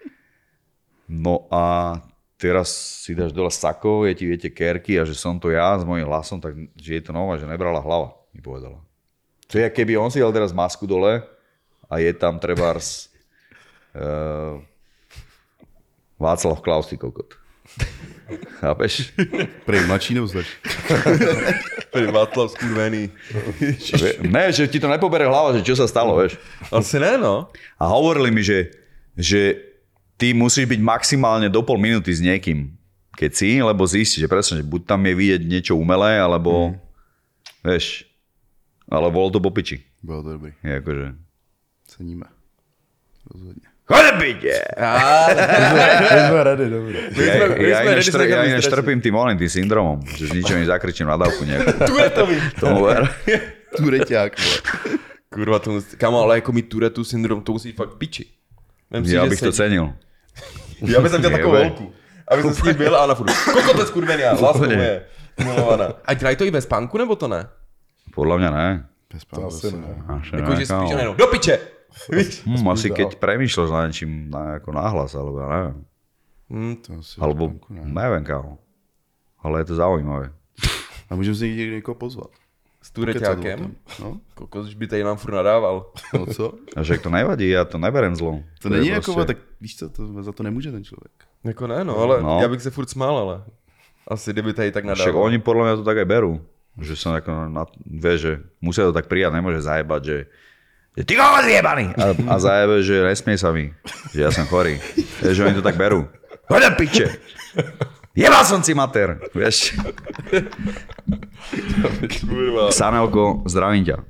No a teraz si dáš dole sako, je ti viete kerky a že som to ja s mojím hlasom, tak že je to nová, že nebrala hlava, mi povedala. To je, keby on si dal teraz masku dole a je tam trebárs uh, Václav Klaus, ty kokot. Chápeš? Prej mladší nebo starší? Václav skurvený. Ne, že ti to nepobere hlava, že čo sa stalo, vieš. Asi ne, no. A hovorili mi, že, že ty musíš byť maximálne do pol minúty s niekým, keď si, lebo zistíš, že presne, že buď tam je vidieť niečo umelé, alebo, mm. vieš, ale bolo to po piči. Bylo to dobrý. Je akože... Ceníme. Rozhodně. Chode byť! My jsme ready, dobrý. Ja, sme- my ja, sme ináč ready tr- ja sa ináč stresu. trpím tým oným, tým syndromom, že s ničím zakričím na dávku nejakú. Turetový. Tomu ver. Tureťák, vole. Kurva, to musí, kamo, ale jako mít Turetu syndrom, to musí fakt piči. Vem si, Ja že bych to sedí- cenil. Já bych měl takovou Jebe. holku. Aby jsem s ní byl a na furt. Kokotec kurvený, lásko moje. Milovaná. A dělají to i ve spánku, nebo to ne? Podľa mňa ne. Bez To pánu, asi zase. ne. Až Jako, že ne, spíš kámo. jenom do piče. Víš? Hm, asi dál. keď premýšľaš na niečím na, ako náhlas, alebo ja neviem. Hm, To asi Alebo, spánku, ne. neviem kámo. Ale je to zaujímavé. A můžeme si někdy někoho pozvat. S Kecat o Tureťákem. tom. No, Kokos, už by tady nám furt nadával. no co? A že to nevadí, ja to neberem zlom. To je není prostě- jako, tak víš co, to, za to nemůže ten člověk. Jako ne, no, ale No. já bych se furt smál, ale asi kdyby tady tak Však nadával. oni podľa mňa to tak aj berú. Že som ako, na, vieš, že musia to tak prijať, nemôže zajebať, že že ty kokos jebaný. A, a zajebe, že nesmie sa mi, že ja som chorý. Že oni to tak berú. Hoď do piče. Jebal som si mater. Vieš. Sanelko, zdravím ťa.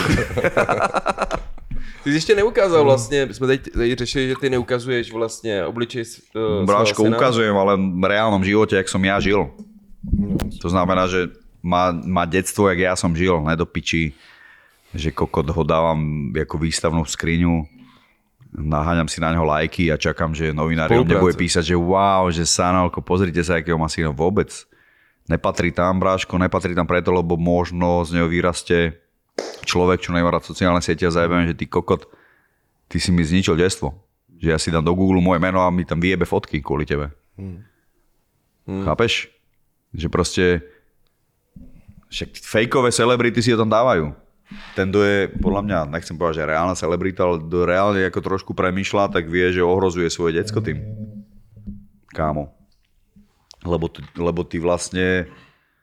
Ty jsi ještě neukázal vlastně, jsme teď, teď řešili, že ty neukazuješ vlastně obličej uh, Bráško, ukazujem, ale v reálnom živote, jak som ja žil. To znamená, že má, má detstvo, jak ja som žil, ne do piči, že kokot ho dávam ako výstavnú skriňu, naháňam si na ňo lajky a čakám, že novinári o mne bude písať, že wow, že Sanelko, pozrite sa, akého má syna. Vôbec. Nepatrí tam, bráško, nepatrí tam preto, lebo možno z neho vyrastie človek, čo nemá rád sociálne siete a zajebem, že ty kokot, ty si mi zničil detstvo. Že ja si dám do Google moje meno a mi tam vyjebe fotky kvôli tebe. Hmm. Hmm. Chápeš? Že proste však fejkové celebrity si ho tam dávajú. Ten, kto je, podľa mňa, nechcem povedať, že reálna celebrita, ale kto reálne ako trošku premýšľa, tak vie, že ohrozuje svoje decko tým. Kámo. Lebo, lebo ty vlastne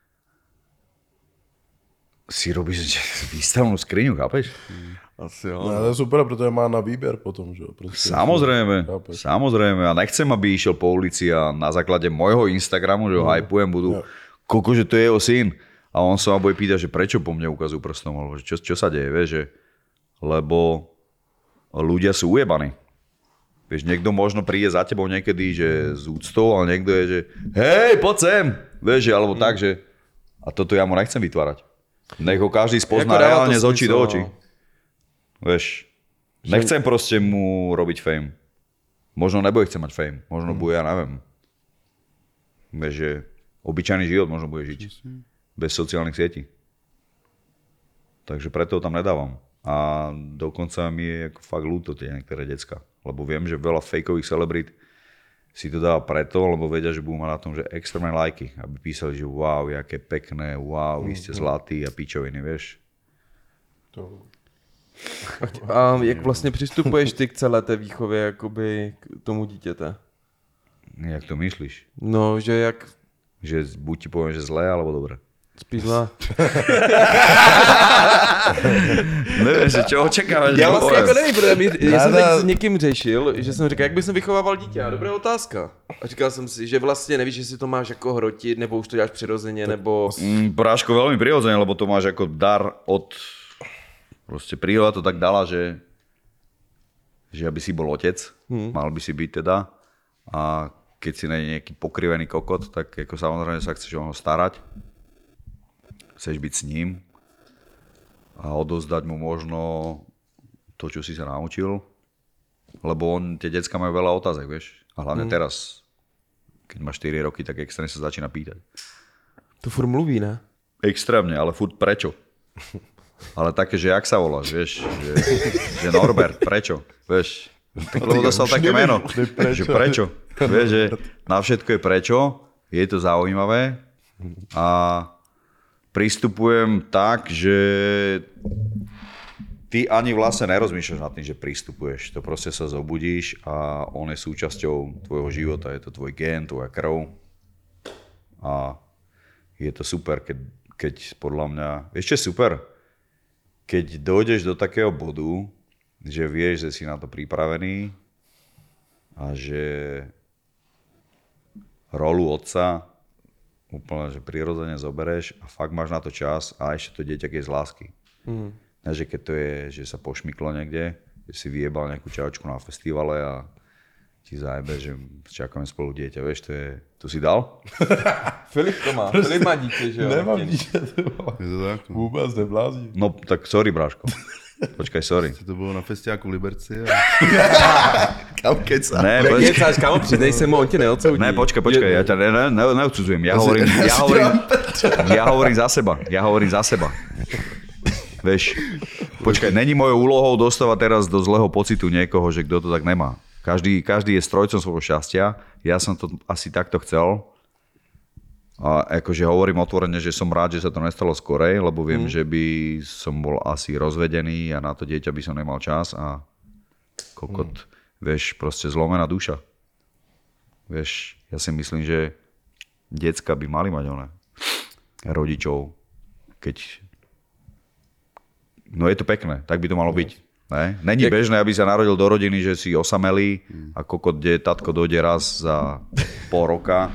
si robíš výstavnú skriňu, chápeš? Asi jo. No, to je super, protože má na výběr potom, že jo? Prostě samozrejme, samozrejme. A nechcem, aby išiel po ulici a na základe môjho Instagramu, že ho no. hypujem, budú, koľko, že to je jeho syn. A on sa ma bude pýtať, že prečo po mne ukazujú prstom, alebo čo, čo sa deje, vieš, že lebo ľudia sú ujebaní. Vieš, niekto možno príde za tebou niekedy, že z úctou, ale niekto je, že hej, poď sem, vieš, alebo mm. tak, že a toto ja mu nechcem vytvárať. Nech ho každý spozná reálne z očí do očí. Vieš, nechcem proste mu robiť fame. Možno nebude chcieť mať fame, možno mm. bude, ja neviem. Vieš, že obyčajný život možno bude žiť. Bez sociálnych sietí. Takže preto ho tam nedávam. A dokonca mi je ako fakt ľúto tie niektoré decka. Lebo viem, že veľa fejkových celebrit si to dáva preto, lebo vedia, že budú mať na tom, že extrémne lajky. Aby písali, že wow, jaké pekné, wow, vy ste zlatý a pičoviny, vieš. To... A jak vlastně přistupuješ ty k celé té výchově jakoby k tomu dítěte? Jak to myslíš? No, že jak... Že buď ti poviem, že zlé, alebo dobré. Spíš zlé. Nevím, že čo očekáváš. Já vlastně jako nevím, protože my, já jsem teď s někým řešil, že jsem říkal, jak bych jsem vychovával dítě. A dobrá otázka. A říkal jsem si, že vlastně nevíš, jestli to máš jako hrotit, nebo už to děláš přirozeně, nebo... Mm, Porážko veľmi prirodzene, lebo to máš ako dar od... Proste príroda to tak dala, že... Že aby si bol otec, hmm. mal by si byť teda. A keď si nie je nejaký pokrivený kokot, tak ako samozrejme sa chceš o ho starať. Chceš byť s ním a odovzdať mu možno to, čo si sa naučil. Lebo on, tie decká majú veľa otázek, vieš. A hlavne mm. teraz, keď má štyri roky, tak extrémne sa začína pýtať. To furt mluví, ne? Extrémne, ale furt prečo? Ale také, že jak sa voláš, vieš? Že, že Norbert, prečo? Vieš? Tak lebo dostal také meno. Že prečo? Vieš, že na všetko je prečo, je to zaujímavé a pristupujem tak, že ty ani vlastne nerozmýšľaš nad tým, že pristupuješ. To proste sa zobudíš a on je súčasťou tvojho života, je to tvoj gén, tvoja krv a je to super, keď, keď podľa mňa, ešte super, keď dojdeš do takého bodu, že vieš, že si na to pripravený a že rolu otca úplne, že prirodzene zobereš a fakt máš na to čas a ešte to dieťa je z lásky. Mm. Ne, že keď to je, že sa pošmyklo niekde, že si vyjebal nejakú čajočku na festivale a ti zajebe, že čakáme spolu dieťa, vieš, to je, to si dal? Filip to má, Filip má dítě, že jo? Nemám dítě, ty vole. Je to tak? Vůbec neblází. No tak sorry, bráško. Počkaj, sorry. To bylo na festiáku v Liberci a... Kam keca? Ne, počkej. Kecáš, kámo, přidej se mu, on tě neodsoudí. Ne, počkaj, počkaj, ja ťa ne, ne, ne, neodsudzujem. Ja hovorím, ja hovorím, ja hovorím za seba. Ja hovorím za seba. Vieš, počkaj, není mojou úlohou dostávať teraz do zlého pocitu niekoho, že kto to tak nemá. Každý, každý je strojcom svojho šťastia. Ja som to asi takto chcel. A akože hovorím otvorene, že som rád, že sa to nestalo skorej, lebo viem, mm. že by som bol asi rozvedený a na to dieťa by som nemal čas a kokot, mm. vieš, proste zlomená duša. Vieš, ja si myslím, že decka by mali mať one rodičov, keď... No je to pekné, tak by to malo byť. Ne? Není Jak... bežné, aby sa narodil do rodiny, že si osamelý a kokot, kde tatko dojde raz za pol roka.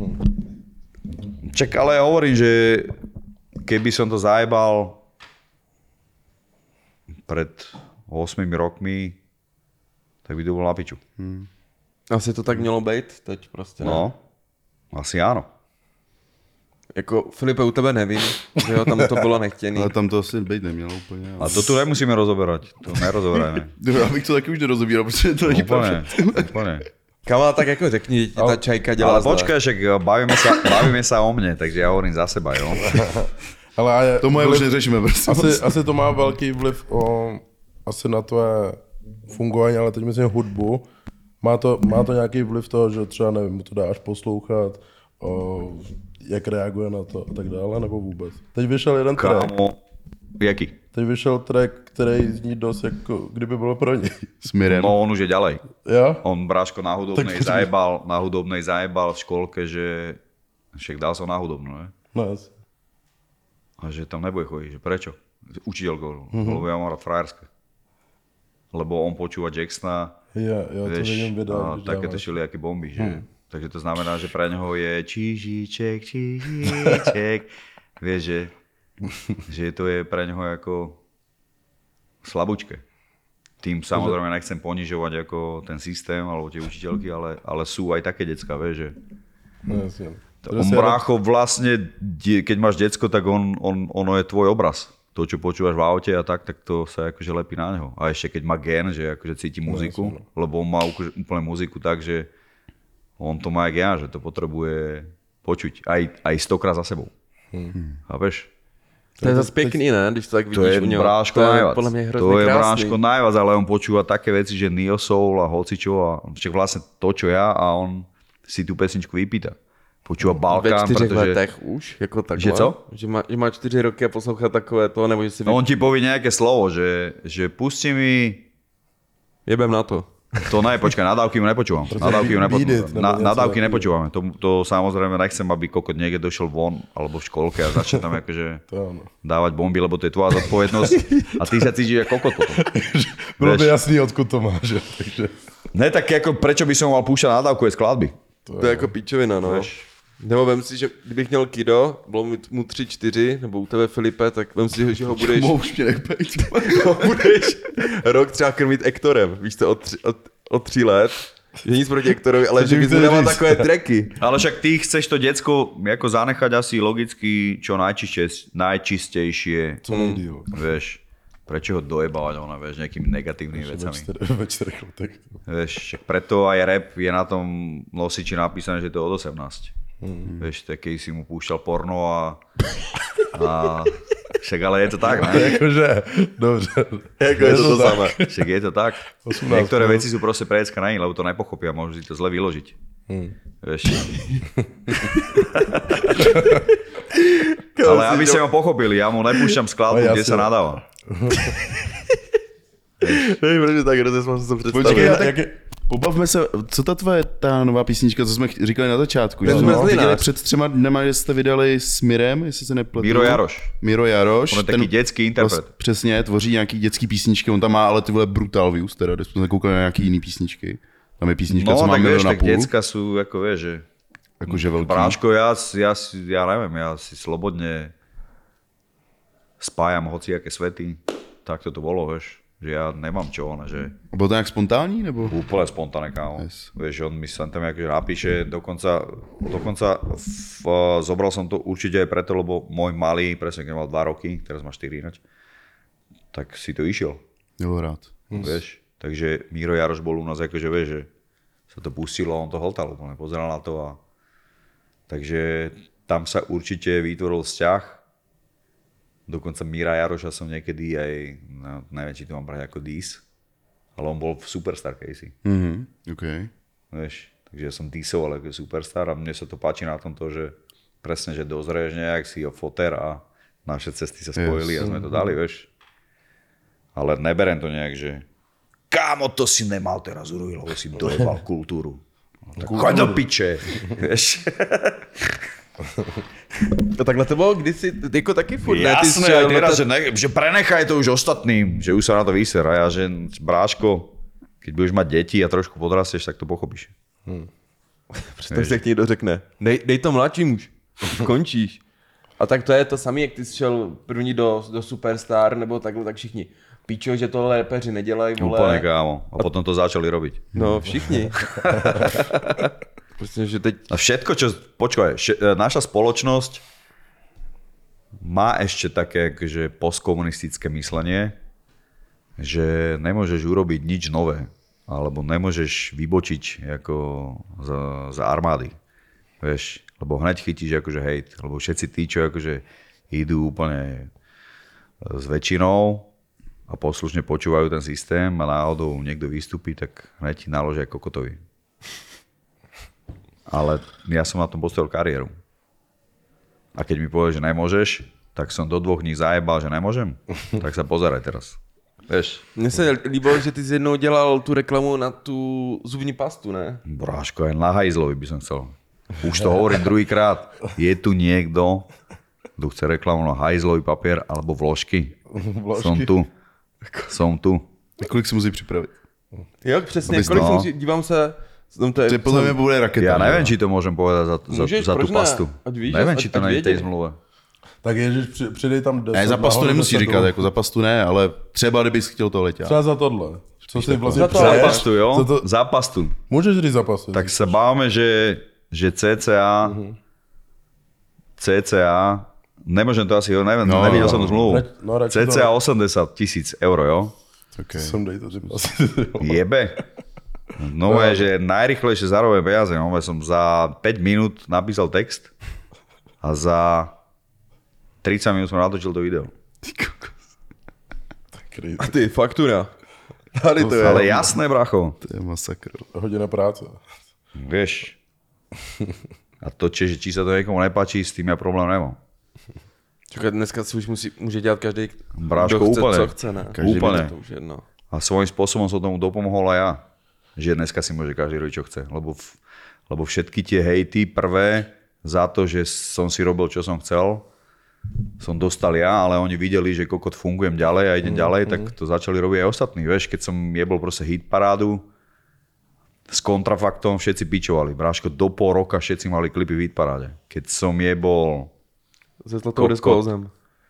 Čak, ale hovorím, že keby som to zajebal pred osmými rokmi, tak by to bol na piču. Hmm. Asi to tak mělo být teď prostě, ne? No, asi áno. Jako Filipe, u tebe nevím, že jo, tam to bylo nechtěný. Ale tam to asi být nemělo úplně. Ale... A to tu nemusíme rozoberať, to nerozoberajme. Já bych to taky už nerozobíral, protože to není úplne, úplne. Kama, tak jako řekni, že ta čajka dělá ale počkaj, však bavíme sa, bavíme sa o mne, takže ja hovorím za seba, jo. Ale aj, to moje už neřešíme, prostě. Asi, asi to má velký vliv o, asi na tvoje fungování, ale teď myslím hudbu. Má to, má to nějaký vliv toho, že třeba nevím, mu to dáš poslouchat, o, jak reaguje na to a tak dále, nebo vůbec? Teď vyšel jeden track. Kámo, jaký? Teď vyšel track, který zní dost jako, kdyby bylo pro něj. S Mirem. No on už je ďalej. Jo? On Bráško na hudobnej zajebal, na hudobnej zajebal v školke, že však dal som na hudobnú, ne? No jasne. A že tam nebude chodiť, že prečo? Učiteľko, mm-hmm. lebo ja mám rád frajerské. Lebo on počúva Jacksona, ja, ja vieš, to vidím videa, a takéto všelijaké bomby, že? Hmm. Takže to znamená, že pre neho je čížiček, čížiček, vieš, že, že to je pre neho ako slabúčke. Tým samozrejme nechcem ponižovať ako ten systém alebo tie učiteľky, ale, ale sú aj také decka, vieš, že... No, jasne. On brácho vlastne, keď máš decko, tak on, on, ono je tvoj obraz. To, čo počúvaš v aute a tak, tak to sa akože lepí na neho. A ešte keď má gen, že akože cíti muziku, no, lebo on má úplne muziku tak, že on to má jak ja, že to potrebuje počuť aj, aj stokrát za sebou. Hmm. Chápeš? To je zase pekný, ne? Když to tak vidíš to je u něho. Bráško to je najviac. podľa mňa hrozne to je krásný. Bráško najviac, ale on počúva také veci, že Neo Soul a hocičo a však vlastne to, čo ja a on si tú pesničku vypýta. Počúva Balkán, ve čtyřech protože... letech už, jako takhle. Že co? Že má, že má čtyři roky a poslouchá takové to, nebo že si... No on ti povie nejaké slovo, že, že pusti mi... Jebem na to. To ne, počkaj, nadávky mu nepočúvam. Nadávky mu nepočúvam. Na, nadávky nepočúvame. To, to samozrejme nechcem, aby kokot niekde došiel von, alebo v školke a začne tam akože dávať bomby, lebo to je tvoja zodpovednosť. A ty sa cítiš ako kokot potom. Bylo by jasný, odkud to máš. Takže... Ne, tak ako prečo by som mal púšťať nadávkové skladby? To je, to je jako píčovina, no. Veš. Nebo vem si, že kdybych měl Kido, bylo mu tři, čtyři, nebo u tebe Filipe, tak vem si, že ho budeš... Už mě nechpejt. ho budeš rok třeba krmit Ektorem, víš to, od, tři, od, od tří let. Že nic proti Ektorovi, ale že bys mu dával takové tracky. Ale však ty chceš to decko jako zanechať asi logicky čo najčistejšie, najčistejšie. Co nejdýl. Vieš, prečo ho dojebávať, ona, vieš, nejakými negatívnymi vecami. Ve čtyřech letech. Vieš, však preto aj rap je na tom nosiči napísané, že to je od osemnásť. Mm. Vieš, tak keď si mu púšťal porno a, a však ale je to tak, ne? Jakože, dobře. Jako je to to samé. Však je to tak. Niektoré veci sú proste pre decka na ní, lebo to nepochopia, môžu si to zle vyložiť. Mm. Vieš. Ale aby ste ho pochopili, ja mu nepúšťam skladbu, kde sa nadáva. Nevím, proč tak hrozně jsem se to představil. Počkej, tak pobavme se, co ta tvoje ta nová písnička, co jsme říkali na začátku. Že jsme no, viděli před třema dnema, že jste vydali s Mirem, jestli se nepletu. Miro Jaroš. Miro Jaroš. On je taký dětský interpret. Vlast, přesně, tvoří nějaký dětský písničky, on tam má ale ty vole brutal views, teda, kde jsme se koukali na nějaký jiný písničky. Tam je písnička, no, co má milion a půl. No, tak decka sú, ako vieš, že... Akože veľký. Bráško, ja, ja, ja neviem, ja si slobodne spájam hociaké svety. Tak to bolo, vieš. Že ja nemám čo, ona, že... Bylo to nějak spontánní, nebo? Úplne spontánne, kámo. Yes. Vieš, on mi sa tam akože napíše, dokonca, dokonca v, zobral som to určite aj preto, lebo môj malý, presne keď mal dva roky, teraz má štyri ináč, tak si to išiel. Jo, rád. Vieš, takže Miro Jaroš bol u nás akože, vieš, že sa to pustilo a on to hltal úplne, pozeral na to a... Takže tam sa určite vytvoril vzťah. Dokonca Míra Jaroša som niekedy aj, no, neviem, či to mám brať ako dis, ale on bol v Superstar Casey. Mhm, OK. Vieš, takže ja som disoval ako Superstar a mne sa to páči na tomto, že presne, že dozrieš nejak si ho foter a naše cesty sa spojili yes. a sme to dali, vieš. Ale neberem to nejak, že kámo, to si nemal teraz urobiť, lebo si dojebal kultúru. Tak choď do piče, vieš. No takhle to bylo kdysi, jako taky furt, ne? Ty Jasné, aj teraz, že, ne, že prenechaj to už ostatným, že už sa na to vyser. A ja, že bráško, keď budeš mať deti a trošku podrasteš, tak to pochopíš. Hmm. Představ si, jak ti někdo řekne, dej, dej to mladším už, končíš. A tak to je to samé, jak ty jsi šel první do, do Superstar, nebo takhle, tak všichni. Píčo, že tohle repeři nedělají, vole. Úplne, kámo. A potom to začali robiť. No, všichni. Prostě, že teď... A všetko, čo... Počkaj, še, naša spoločnosť má ešte také akože postkomunistické myslenie, že nemôžeš urobiť nič nové. Alebo nemôžeš vybočiť ako z, z armády. Vieš, lebo hneď chytíš akože hejt. Lebo všetci tí, čo akože idú úplne s väčšinou a poslušne počúvajú ten systém a náhodou niekto vystúpi, tak hneď ti naložia kokotovi. Ale ja som na tom postavil kariéru. A keď mi povieš, že nemôžeš, tak som do dvoch dní zajebal, že nemôžem. Tak sa pozeraj teraz. Vieš? Mně se líbilo, že ty jsi jednou dělal tu reklamu na tu zubní pastu, ne? Bráško, aj na hajzlovi by som chcel. Už to hovorím druhýkrát. Je tu niekto, kto chce reklamu na hajzlový papier alebo vložky? Vložky. Som tu. Som tu. Kolik si musí připravit? Jo, přesně, Abys- kolik no. jsem si, dívám se, tam to je... To podle mě bude raketa. Ja neviem, že či jo? to môžem povedať za, za, Můžeš, za tú proč ne? pastu. Ať víš, Neviem, ať- či to ať není v tej vědě. zmluve. Tak ježiš, při- přidej tam deset. Ne, za pastu nahoru nemusí deset říkat, dolů. jako za pastu ne, ale třeba kdybys chtěl to letět. Třeba za tohle. Co si vlastně Za to- Za přeješ, pastu, jo? za to- Za pastu. Můžeš říct za pastu. Tak sa bávame, že, že cca, cca, nemôžem to asi, neviem, No, nevidel no, som tú zmluvu. Rať- no, radšej to- cca osemdesiat tisíc eur, jo? Okay. Sem dej to, že asi. Jebe. No je, že najrychlejšie zarobím peniaze, no, ja som za päť minút napísal text a za tridsať minút som natočil to video. A ty, faktura. Tady to je. Ale jasné, bracho. To je masakr. Hodina práce. Vieš. A to, či, či sa to niekomu nepáči, s tým ja problém nemám. Čekat, dneska si už musí, může dělat každý, Bráško, kdo chce, úplne. co chce, ne? Každý Úplne. To už jedno. A svojím spôsobom som tomu dopomohol aj ja. Že dneska si môže každý robiť, čo chce. Lebo, v, lebo všetky tie hejty prvé za to, že som si robil, čo som chcel, som dostal ja, ale oni videli, že kokot fungujem ďalej a idem mm, ďalej, mm. tak to začali robiť aj ostatní. Vieš, keď som jebol proste hit parádu s kontrafaktom, všetci pičovali. Bráško, do pol roka všetci mali klipy v hit paráde. Keď som jebol... Ze zlatou deskou o zem.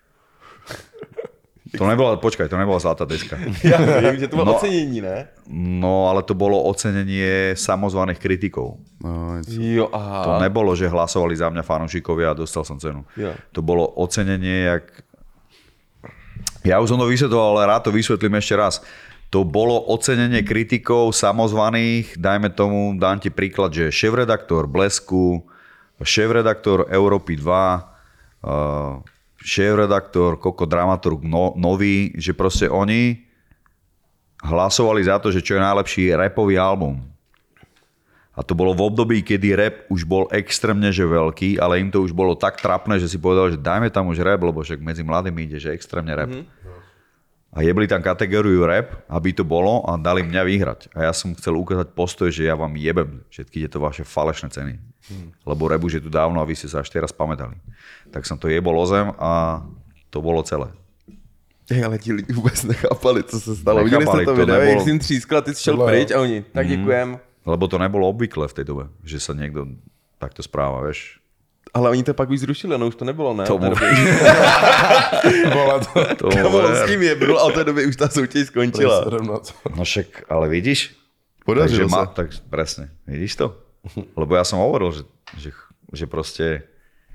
To nebola, počkaj, to nebola zlatá deska. Já vím, že to bylo No. ocenění, ne? No, ale to bolo ocenenie samozvaných kritikov. No, něco. Jo, aha. To nebolo, že hlasovali za mňa fanúšikovia a dostal som cenu. Jo. To bolo ocenenie, jak... Ja už som to vysvetloval, ale rád to vysvetlím ešte raz. To bolo ocenenie kritikov samozvaných, dajme tomu, dám ti príklad, že šéfredaktor Blesku, šéfredaktor Európy dva, uh, šéfredaktor, koko dramaturg no, nový, že proste oni hlasovali za to, že čo je najlepší rapový album. A to bolo v období, kedy rap už bol extrémne že veľký, ale im to už bolo tak trapné, že si povedal, že dajme tam už rap, lebo však medzi mladými ide, že extrémne rap. Mm-hmm. A jebli tam kategóriu rap, aby to bolo a dali mňa vyhrať. A ja som chcel ukázať postoj, že ja vám jebem všetky tieto vaše falešné ceny. Mm. Lebo rap už je tu dávno a vy ste sa až teraz pamätali. Tak som to jebol o zem a to bolo celé. Hej, ale ti lidi vůbec nechápali, co se stalo. Nechápali, Viděli jste to to video, nebolo- jak jsi jim třískla, ty jsi šel Tohle- pryč a oni, tak děkujem. Lebo to nebolo obvyklé v tej dobe, že sa niekto takto správa, vieš. Ale oni to pak už zrušili, no už to nebylo, ne? To Od té doby. Vole to. To Kamo, ver. s kým je byl a od té doby už ta soutěž skončila. sedemnáct. No však, ale vidíš? Podařilo Takže sa. ma, tak presne, vidíš to? Lebo ja som hovoril, že, že, že proste,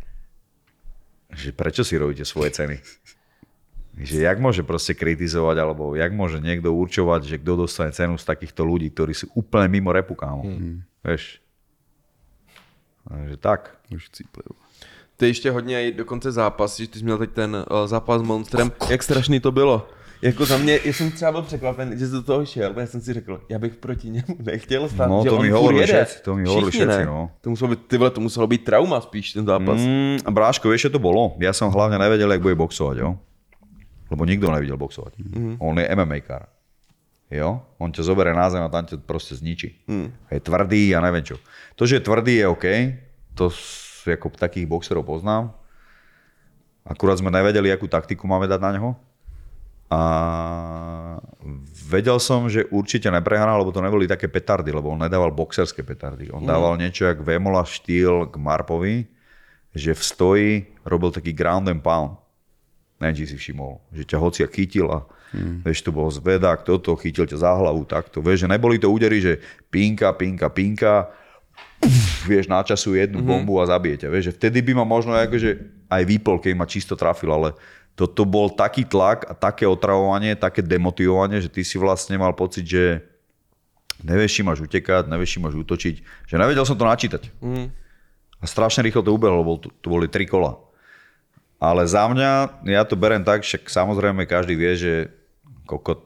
že prečo si robíte svoje ceny? Že jak môže proste kritizovať, alebo jak môže niekto určovať, že kto dostane cenu z takýchto ľudí, ktorí sú úplne mimo repu, kámo. Hmm. Vieš? Takže tak. Už cíple. Ty ještě hodně i dokonce zápas, že ty jsi měl teď ten uh, zápas s Monstrem, jak strašný to bylo. Jako za mě, já jsem třeba byl překvapen, že jsi do toho šel, já jsem si řekl, já bych proti němu nechtěl stát, No, že to on mi furt hovorili jede. všetci, to mi hovorili Všichni, všetci, ne? no. To muselo být, ty vole, to muselo být trauma spíš, ten zápas. Mm, bráško, vieš, čo to bolo? Ja som hlavne nevedel, jak bude boxovať, jo? Lebo nikto nevidel boxovať. Mm. On je em em á kár. Jo? On ťa zoberie na zem a tam ťa proste zničí. Mm. Je tvrdý a neviem čo. To, že je tvrdý, je OK. To ako takých boxerov poznám. Akurát sme nevedeli, akú taktiku máme dať na neho. A vedel som, že určite neprehrá, lebo to neboli také petardy, lebo on nedával boxerské petardy. On dával niečo jak Vémola štýl k Marpovi, že v stoji robil taký ground and pound. Neviem, či si všimol, že ťa hocia chytil a hmm. vieš, to bol zvedák, toto, chytil ťa za hlavu, takto. Vieš, že neboli to údery, že pinka, pinka, pinka, puf, vieš, načasuje jednu mm-hmm. bombu a zabije ťa. Vieš, že vtedy by ma možno akože aj vypol, keď ma čisto trafil, ale toto bol taký tlak a také otravovanie, také demotivovanie, že ty si vlastne mal pocit, že nevieš, či máš utekať, nevieš, či máš útočiť, že nevedel som to načítať. Mm. A strašne rýchlo to ubehlo, lebo to, to boli tri kola. Ale za mňa, ja to berem tak, však samozrejme každý vie, že kokot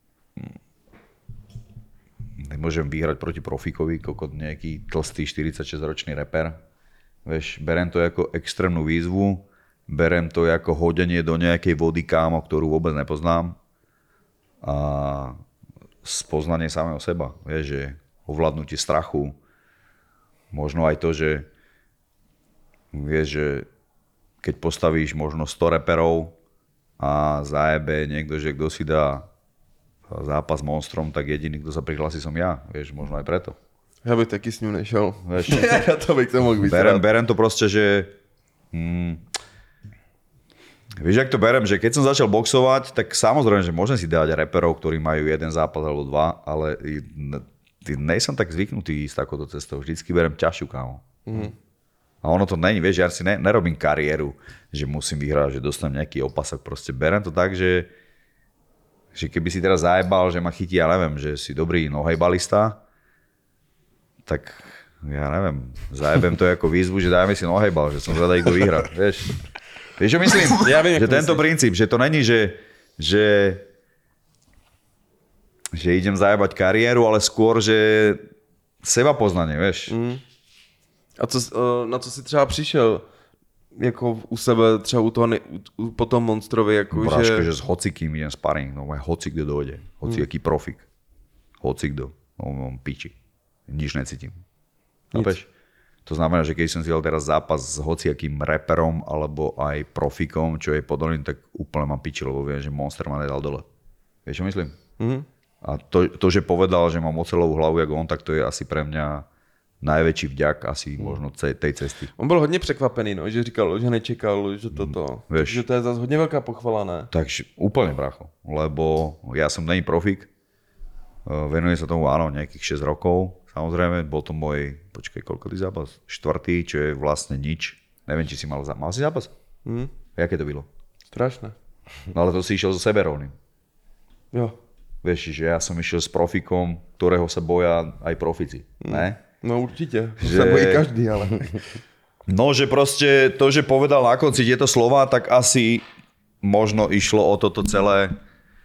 nemôžem vyhrať proti profíkovi, kokot nejaký tlstý štyridsaťšesťročný reper. Vieš, berem to ako extrémnu výzvu, berem to ako hodenie do nejakej vody, kámo, ktorú vôbec nepoznám. A spoznanie samého seba, vieš, že ovládnutie strachu, možno aj to, že vieš, že keď postavíš možno sto reperov a zajebe niekto, že kto si dá zápas s monstrom, tak jediný, kto sa prihlási, som ja. Vieš, možno aj preto. Ja bych taky s ním nešel. Vieš, ja to bych to mohl vystrát. berem, berem to proste, že... Hmm, vieš, jak to berem, že keď som začal boxovať, tak samozrejme, že môžem si dať reperov, ktorí majú jeden zápas alebo dva, ale nejsem tak zvyknutý ísť takouto cestou. Vždycky berem ťažšiu, kámo. Mm-hmm. A ono to není, vieš, ja si ne, nerobím kariéru, že musím vyhrať, že dostanem nejaký opasok. Proste berem to tak, že, že keby si teraz zajebal, že ma chytí, ja neviem, že si dobrý nohejbalista, tak ja neviem, zajebem to ako výzvu, že dajme si nohejbal, že som zvedavý, kto vyhrá, vieš. Vieš, čo myslím? Ja viem, že tento myslíš. Princíp, že to není, že, že, že idem zajebať kariéru, ale skôr, že seba poznanie, vieš. Mm. A co, na co jsi třeba přišel? Jako u sebe, třeba u toho, u, po tom monstrovi, jako Bráško, že... že s hocikým idem sparring, no hoci kdo dojde. Hoci aký profik. Hoci kdo. No mám piči. Nič necítim. Chápeš? To znamená, že keď som si dal teraz zápas s hociakým reperom alebo aj profikom, čo je podobný, tak úplne mám piči, lebo viem, že monster ma nedal dole. Vieš, čo myslím? Mm-hmm. A to, to, že povedal, že mám oceľovú hlavu jak on, tak to je asi pre mňa najväčší vďak asi možno tej cesty. On byl hodně překvapený, no, že říkal, že nečekal, že toto. Vieš, že to je zase hodně velká pochvala, ne? Takže úplne, bracho. Lebo ja som není profik. Venujem sa tomu, áno, nejakých šesť rokov. Samozrejme, bol to môj, počkaj, koľko ty zápas? Štvrtý, čo je vlastne nič. Neviem, či si mal zápas. Mal si zápas? Hmm. Jaké to bylo? Strašné. No ale to si išiel so seberovným. Jo. Vieš, že ja som išiel s profikom, ktorého sa boja aj profici, hmm. ne? No určite, že... sa bojí každý, ale... No, že proste to, že povedal na konci tieto slova, tak asi možno išlo o toto celé,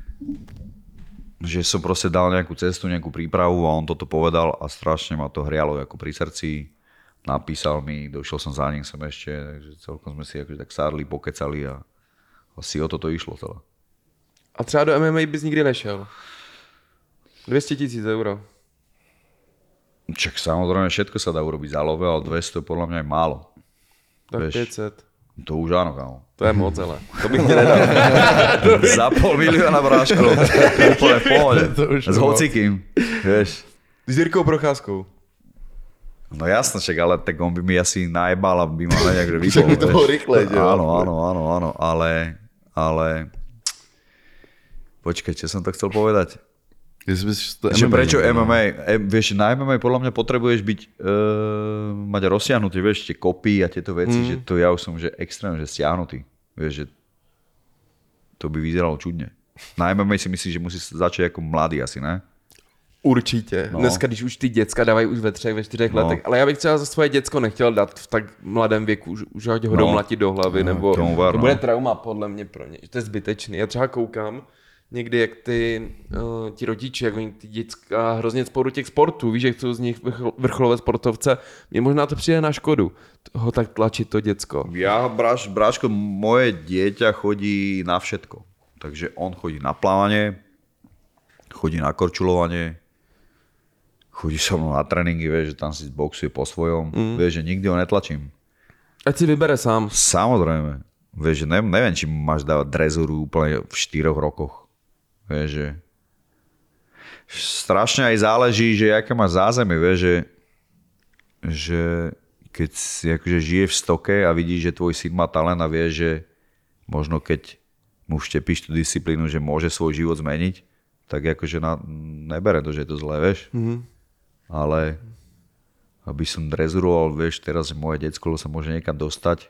že som proste dal nejakú cestu, nejakú prípravu a on toto povedal a strašne ma to hrialo ako pri srdci. Napísal mi, došiel som za ním sem ešte, takže celkom sme si akože tak sádli, pokecali a asi o toto išlo celé. A třeba do M M A bys nikdy nešel? dvě stě tisíc euro. Čak samozrejme všetko sa dá urobiť za love, ale dvesto podľa mňa je málo. Tak vieš, päťset. To už áno, kámo. To je moc, ale to bych ti nedal. Za pol milióna, bráško. Úplne v pohode. S hocikým. Vieš. S Jirkou Procházkou. No jasno, však, ale tak on by mi asi najebal a by ma nejak že vypol. Však by to bolo rýchle, že jo? Áno, áno, áno, áno, ale, ale... Počkaj, čo som to chcel povedať? Že prečo M M A? E, vieš, na M M A podľa mňa potrebuješ byť, uh, mať rozsiahnutý, vieš, tie kopy a tieto veci, mm. že to ja už som že extrémne, že stiahnutý. Vieš, že to by vyzeralo čudne. Na M M A si myslíš, že musíš začať ako mladý asi, ne? Určitě. No. Dneska, když už ty děcka dávají už ve třech, ve čtyřech no. letech. Ale já bych třeba za svoje děcko nechtěl dát v tak mladém věku, už, už ho no. domlatit do hlavy, no, nebo var, to bude no. trauma podle mě pro ně. To je zbytečný. Já třeba koukám někdy, jak ty, uh, ti rodiče, jak oni ty děcka hrozně spolu těch sportů, víš, jak jsou z nich vrcholové sportovce, mně možná to přijde na škodu, ho tak tlačit to děcko. Ja, bráš, bráško, moje dieťa chodí na všetko. Takže on chodí na plávanie, chodí na korčulovanie, chodí so mnou na tréningy, vieš, že tam si boxuje po svojom, mm. vieš, že nikdy ho netlačím. Ať si vybere sám. Samozrejme. Vieš, ne, neviem, či máš dávať drezuru úplne v štyroch rokoch. Vieš, že... Strašne aj záleží, že aké máš zázemie, vieš, že, že keď si akože žije v stoke a vidíš, že tvoj syn má talent a vieš, že možno keď mu vštepíš tú disciplínu, že môže svoj život zmeniť, tak akože na, neberem to, že je to zlé, vieš. Mm-hmm. Ale aby som drezuroval, vieš, teraz moje decko sa môže niekam dostať,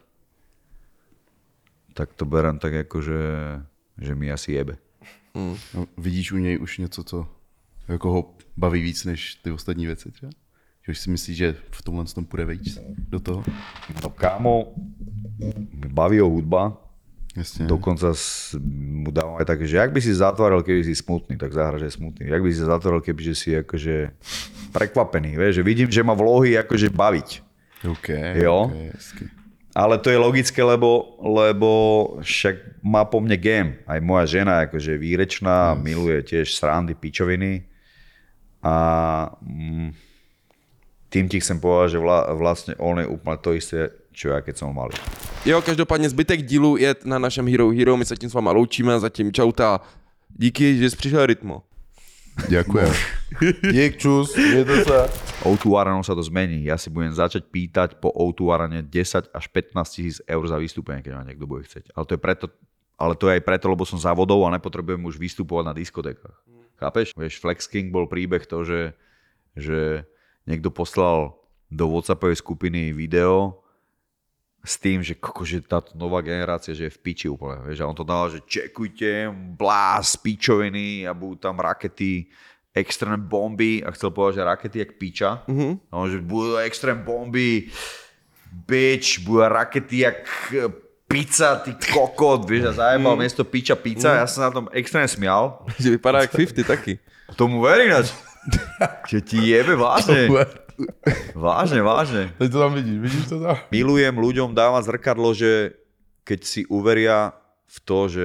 tak to berem tak akože, že mi asi jebe. Mm. No, vidíš u něj už něco, co jako ho baví víc než ty ostatní věci třeba? Že si myslíš, že v tomhle tom půjde víc do toho? No kámo, baví ho hudba. Jasne. Dokonca mu dávam aj také, že ak by si zatváral, keby si smutný, tak zahra, že je smutný. Jak by si zatváral, keby že si akože prekvapený, vieš, že vidím, že má vlohy akože baviť. OK, jo? OK, hezky. Ale to je logické, lebo, lebo však má po mne game. Aj moja žena akože výrečná, yes. Miluje tiež srandy, pičoviny. A mm, tým ti chcem povedať, že vla, vlastne on je úplne to isté, čo ja keď som malý. Jo, každopádně zbytek dílu je na našem Hero Hero, my se tím s váma loučíme, zatím čauta. Díky, že jsi přišel, Rytmo. Ďakujem. Dík, čus, mějte se. ó dva Arenou sa to zmení. Ja si budem začať pýtať po ó dva Arene desať až pätnásť tisíc eur za vystúpenie, keď ma niekto bude chcieť. Ale to je preto, ale to je aj preto, lebo som závodov a nepotrebujem už vystupovať na diskotékach. Chápeš? Vieš, Flex King bol príbeh to, že, že niekto poslal do WhatsAppovej skupiny video s tým, že, koko, že táto nová generácia, že je v piči úplne. Vieš, a on to dal, že čekujte, blás, pičoviny a budú tam rakety, extrém bomby a chcel povedať, že rakety jak piča. Mm-hmm. No, že budú extrém bomby, bitch, budú rakety jak pizza, ty kokot, vieš, a zajebal mm. miesto piča pizza, mm. Ja som na tom extrém smial. Že vypadá jak päťdesiat taky. Tomu verím, nač. Že ti jebe vážne. Vážne, vážne. Teď to tam vidíš, vidíš to tam? Milujem ľuďom dávať zrkadlo, že keď si uveria v to, že,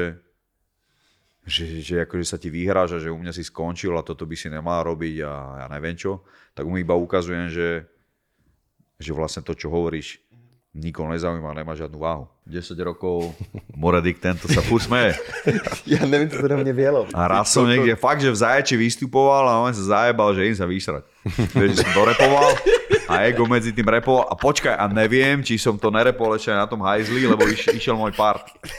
že, že akože sa ti vyhráža, že u mňa si skončil a toto by si nemal robiť a ja neviem čo, tak mu iba ukazujem, že, že vlastne to, čo hovoríš, nikoho nezaujíma, nemá žiadnu váhu. desať rokov, Moradik tento sa furt smeje. Ja neviem, čo to na mne vielo. A raz som niekde fakt, že v Zajači vystupoval a on sa zajebal, že im sa vysrať. Vieš, že som dorepoval a ego medzi tým repoval a počkaj, a neviem, či som to nerepoval ešte na tom hajzli, lebo iš, išiel môj part.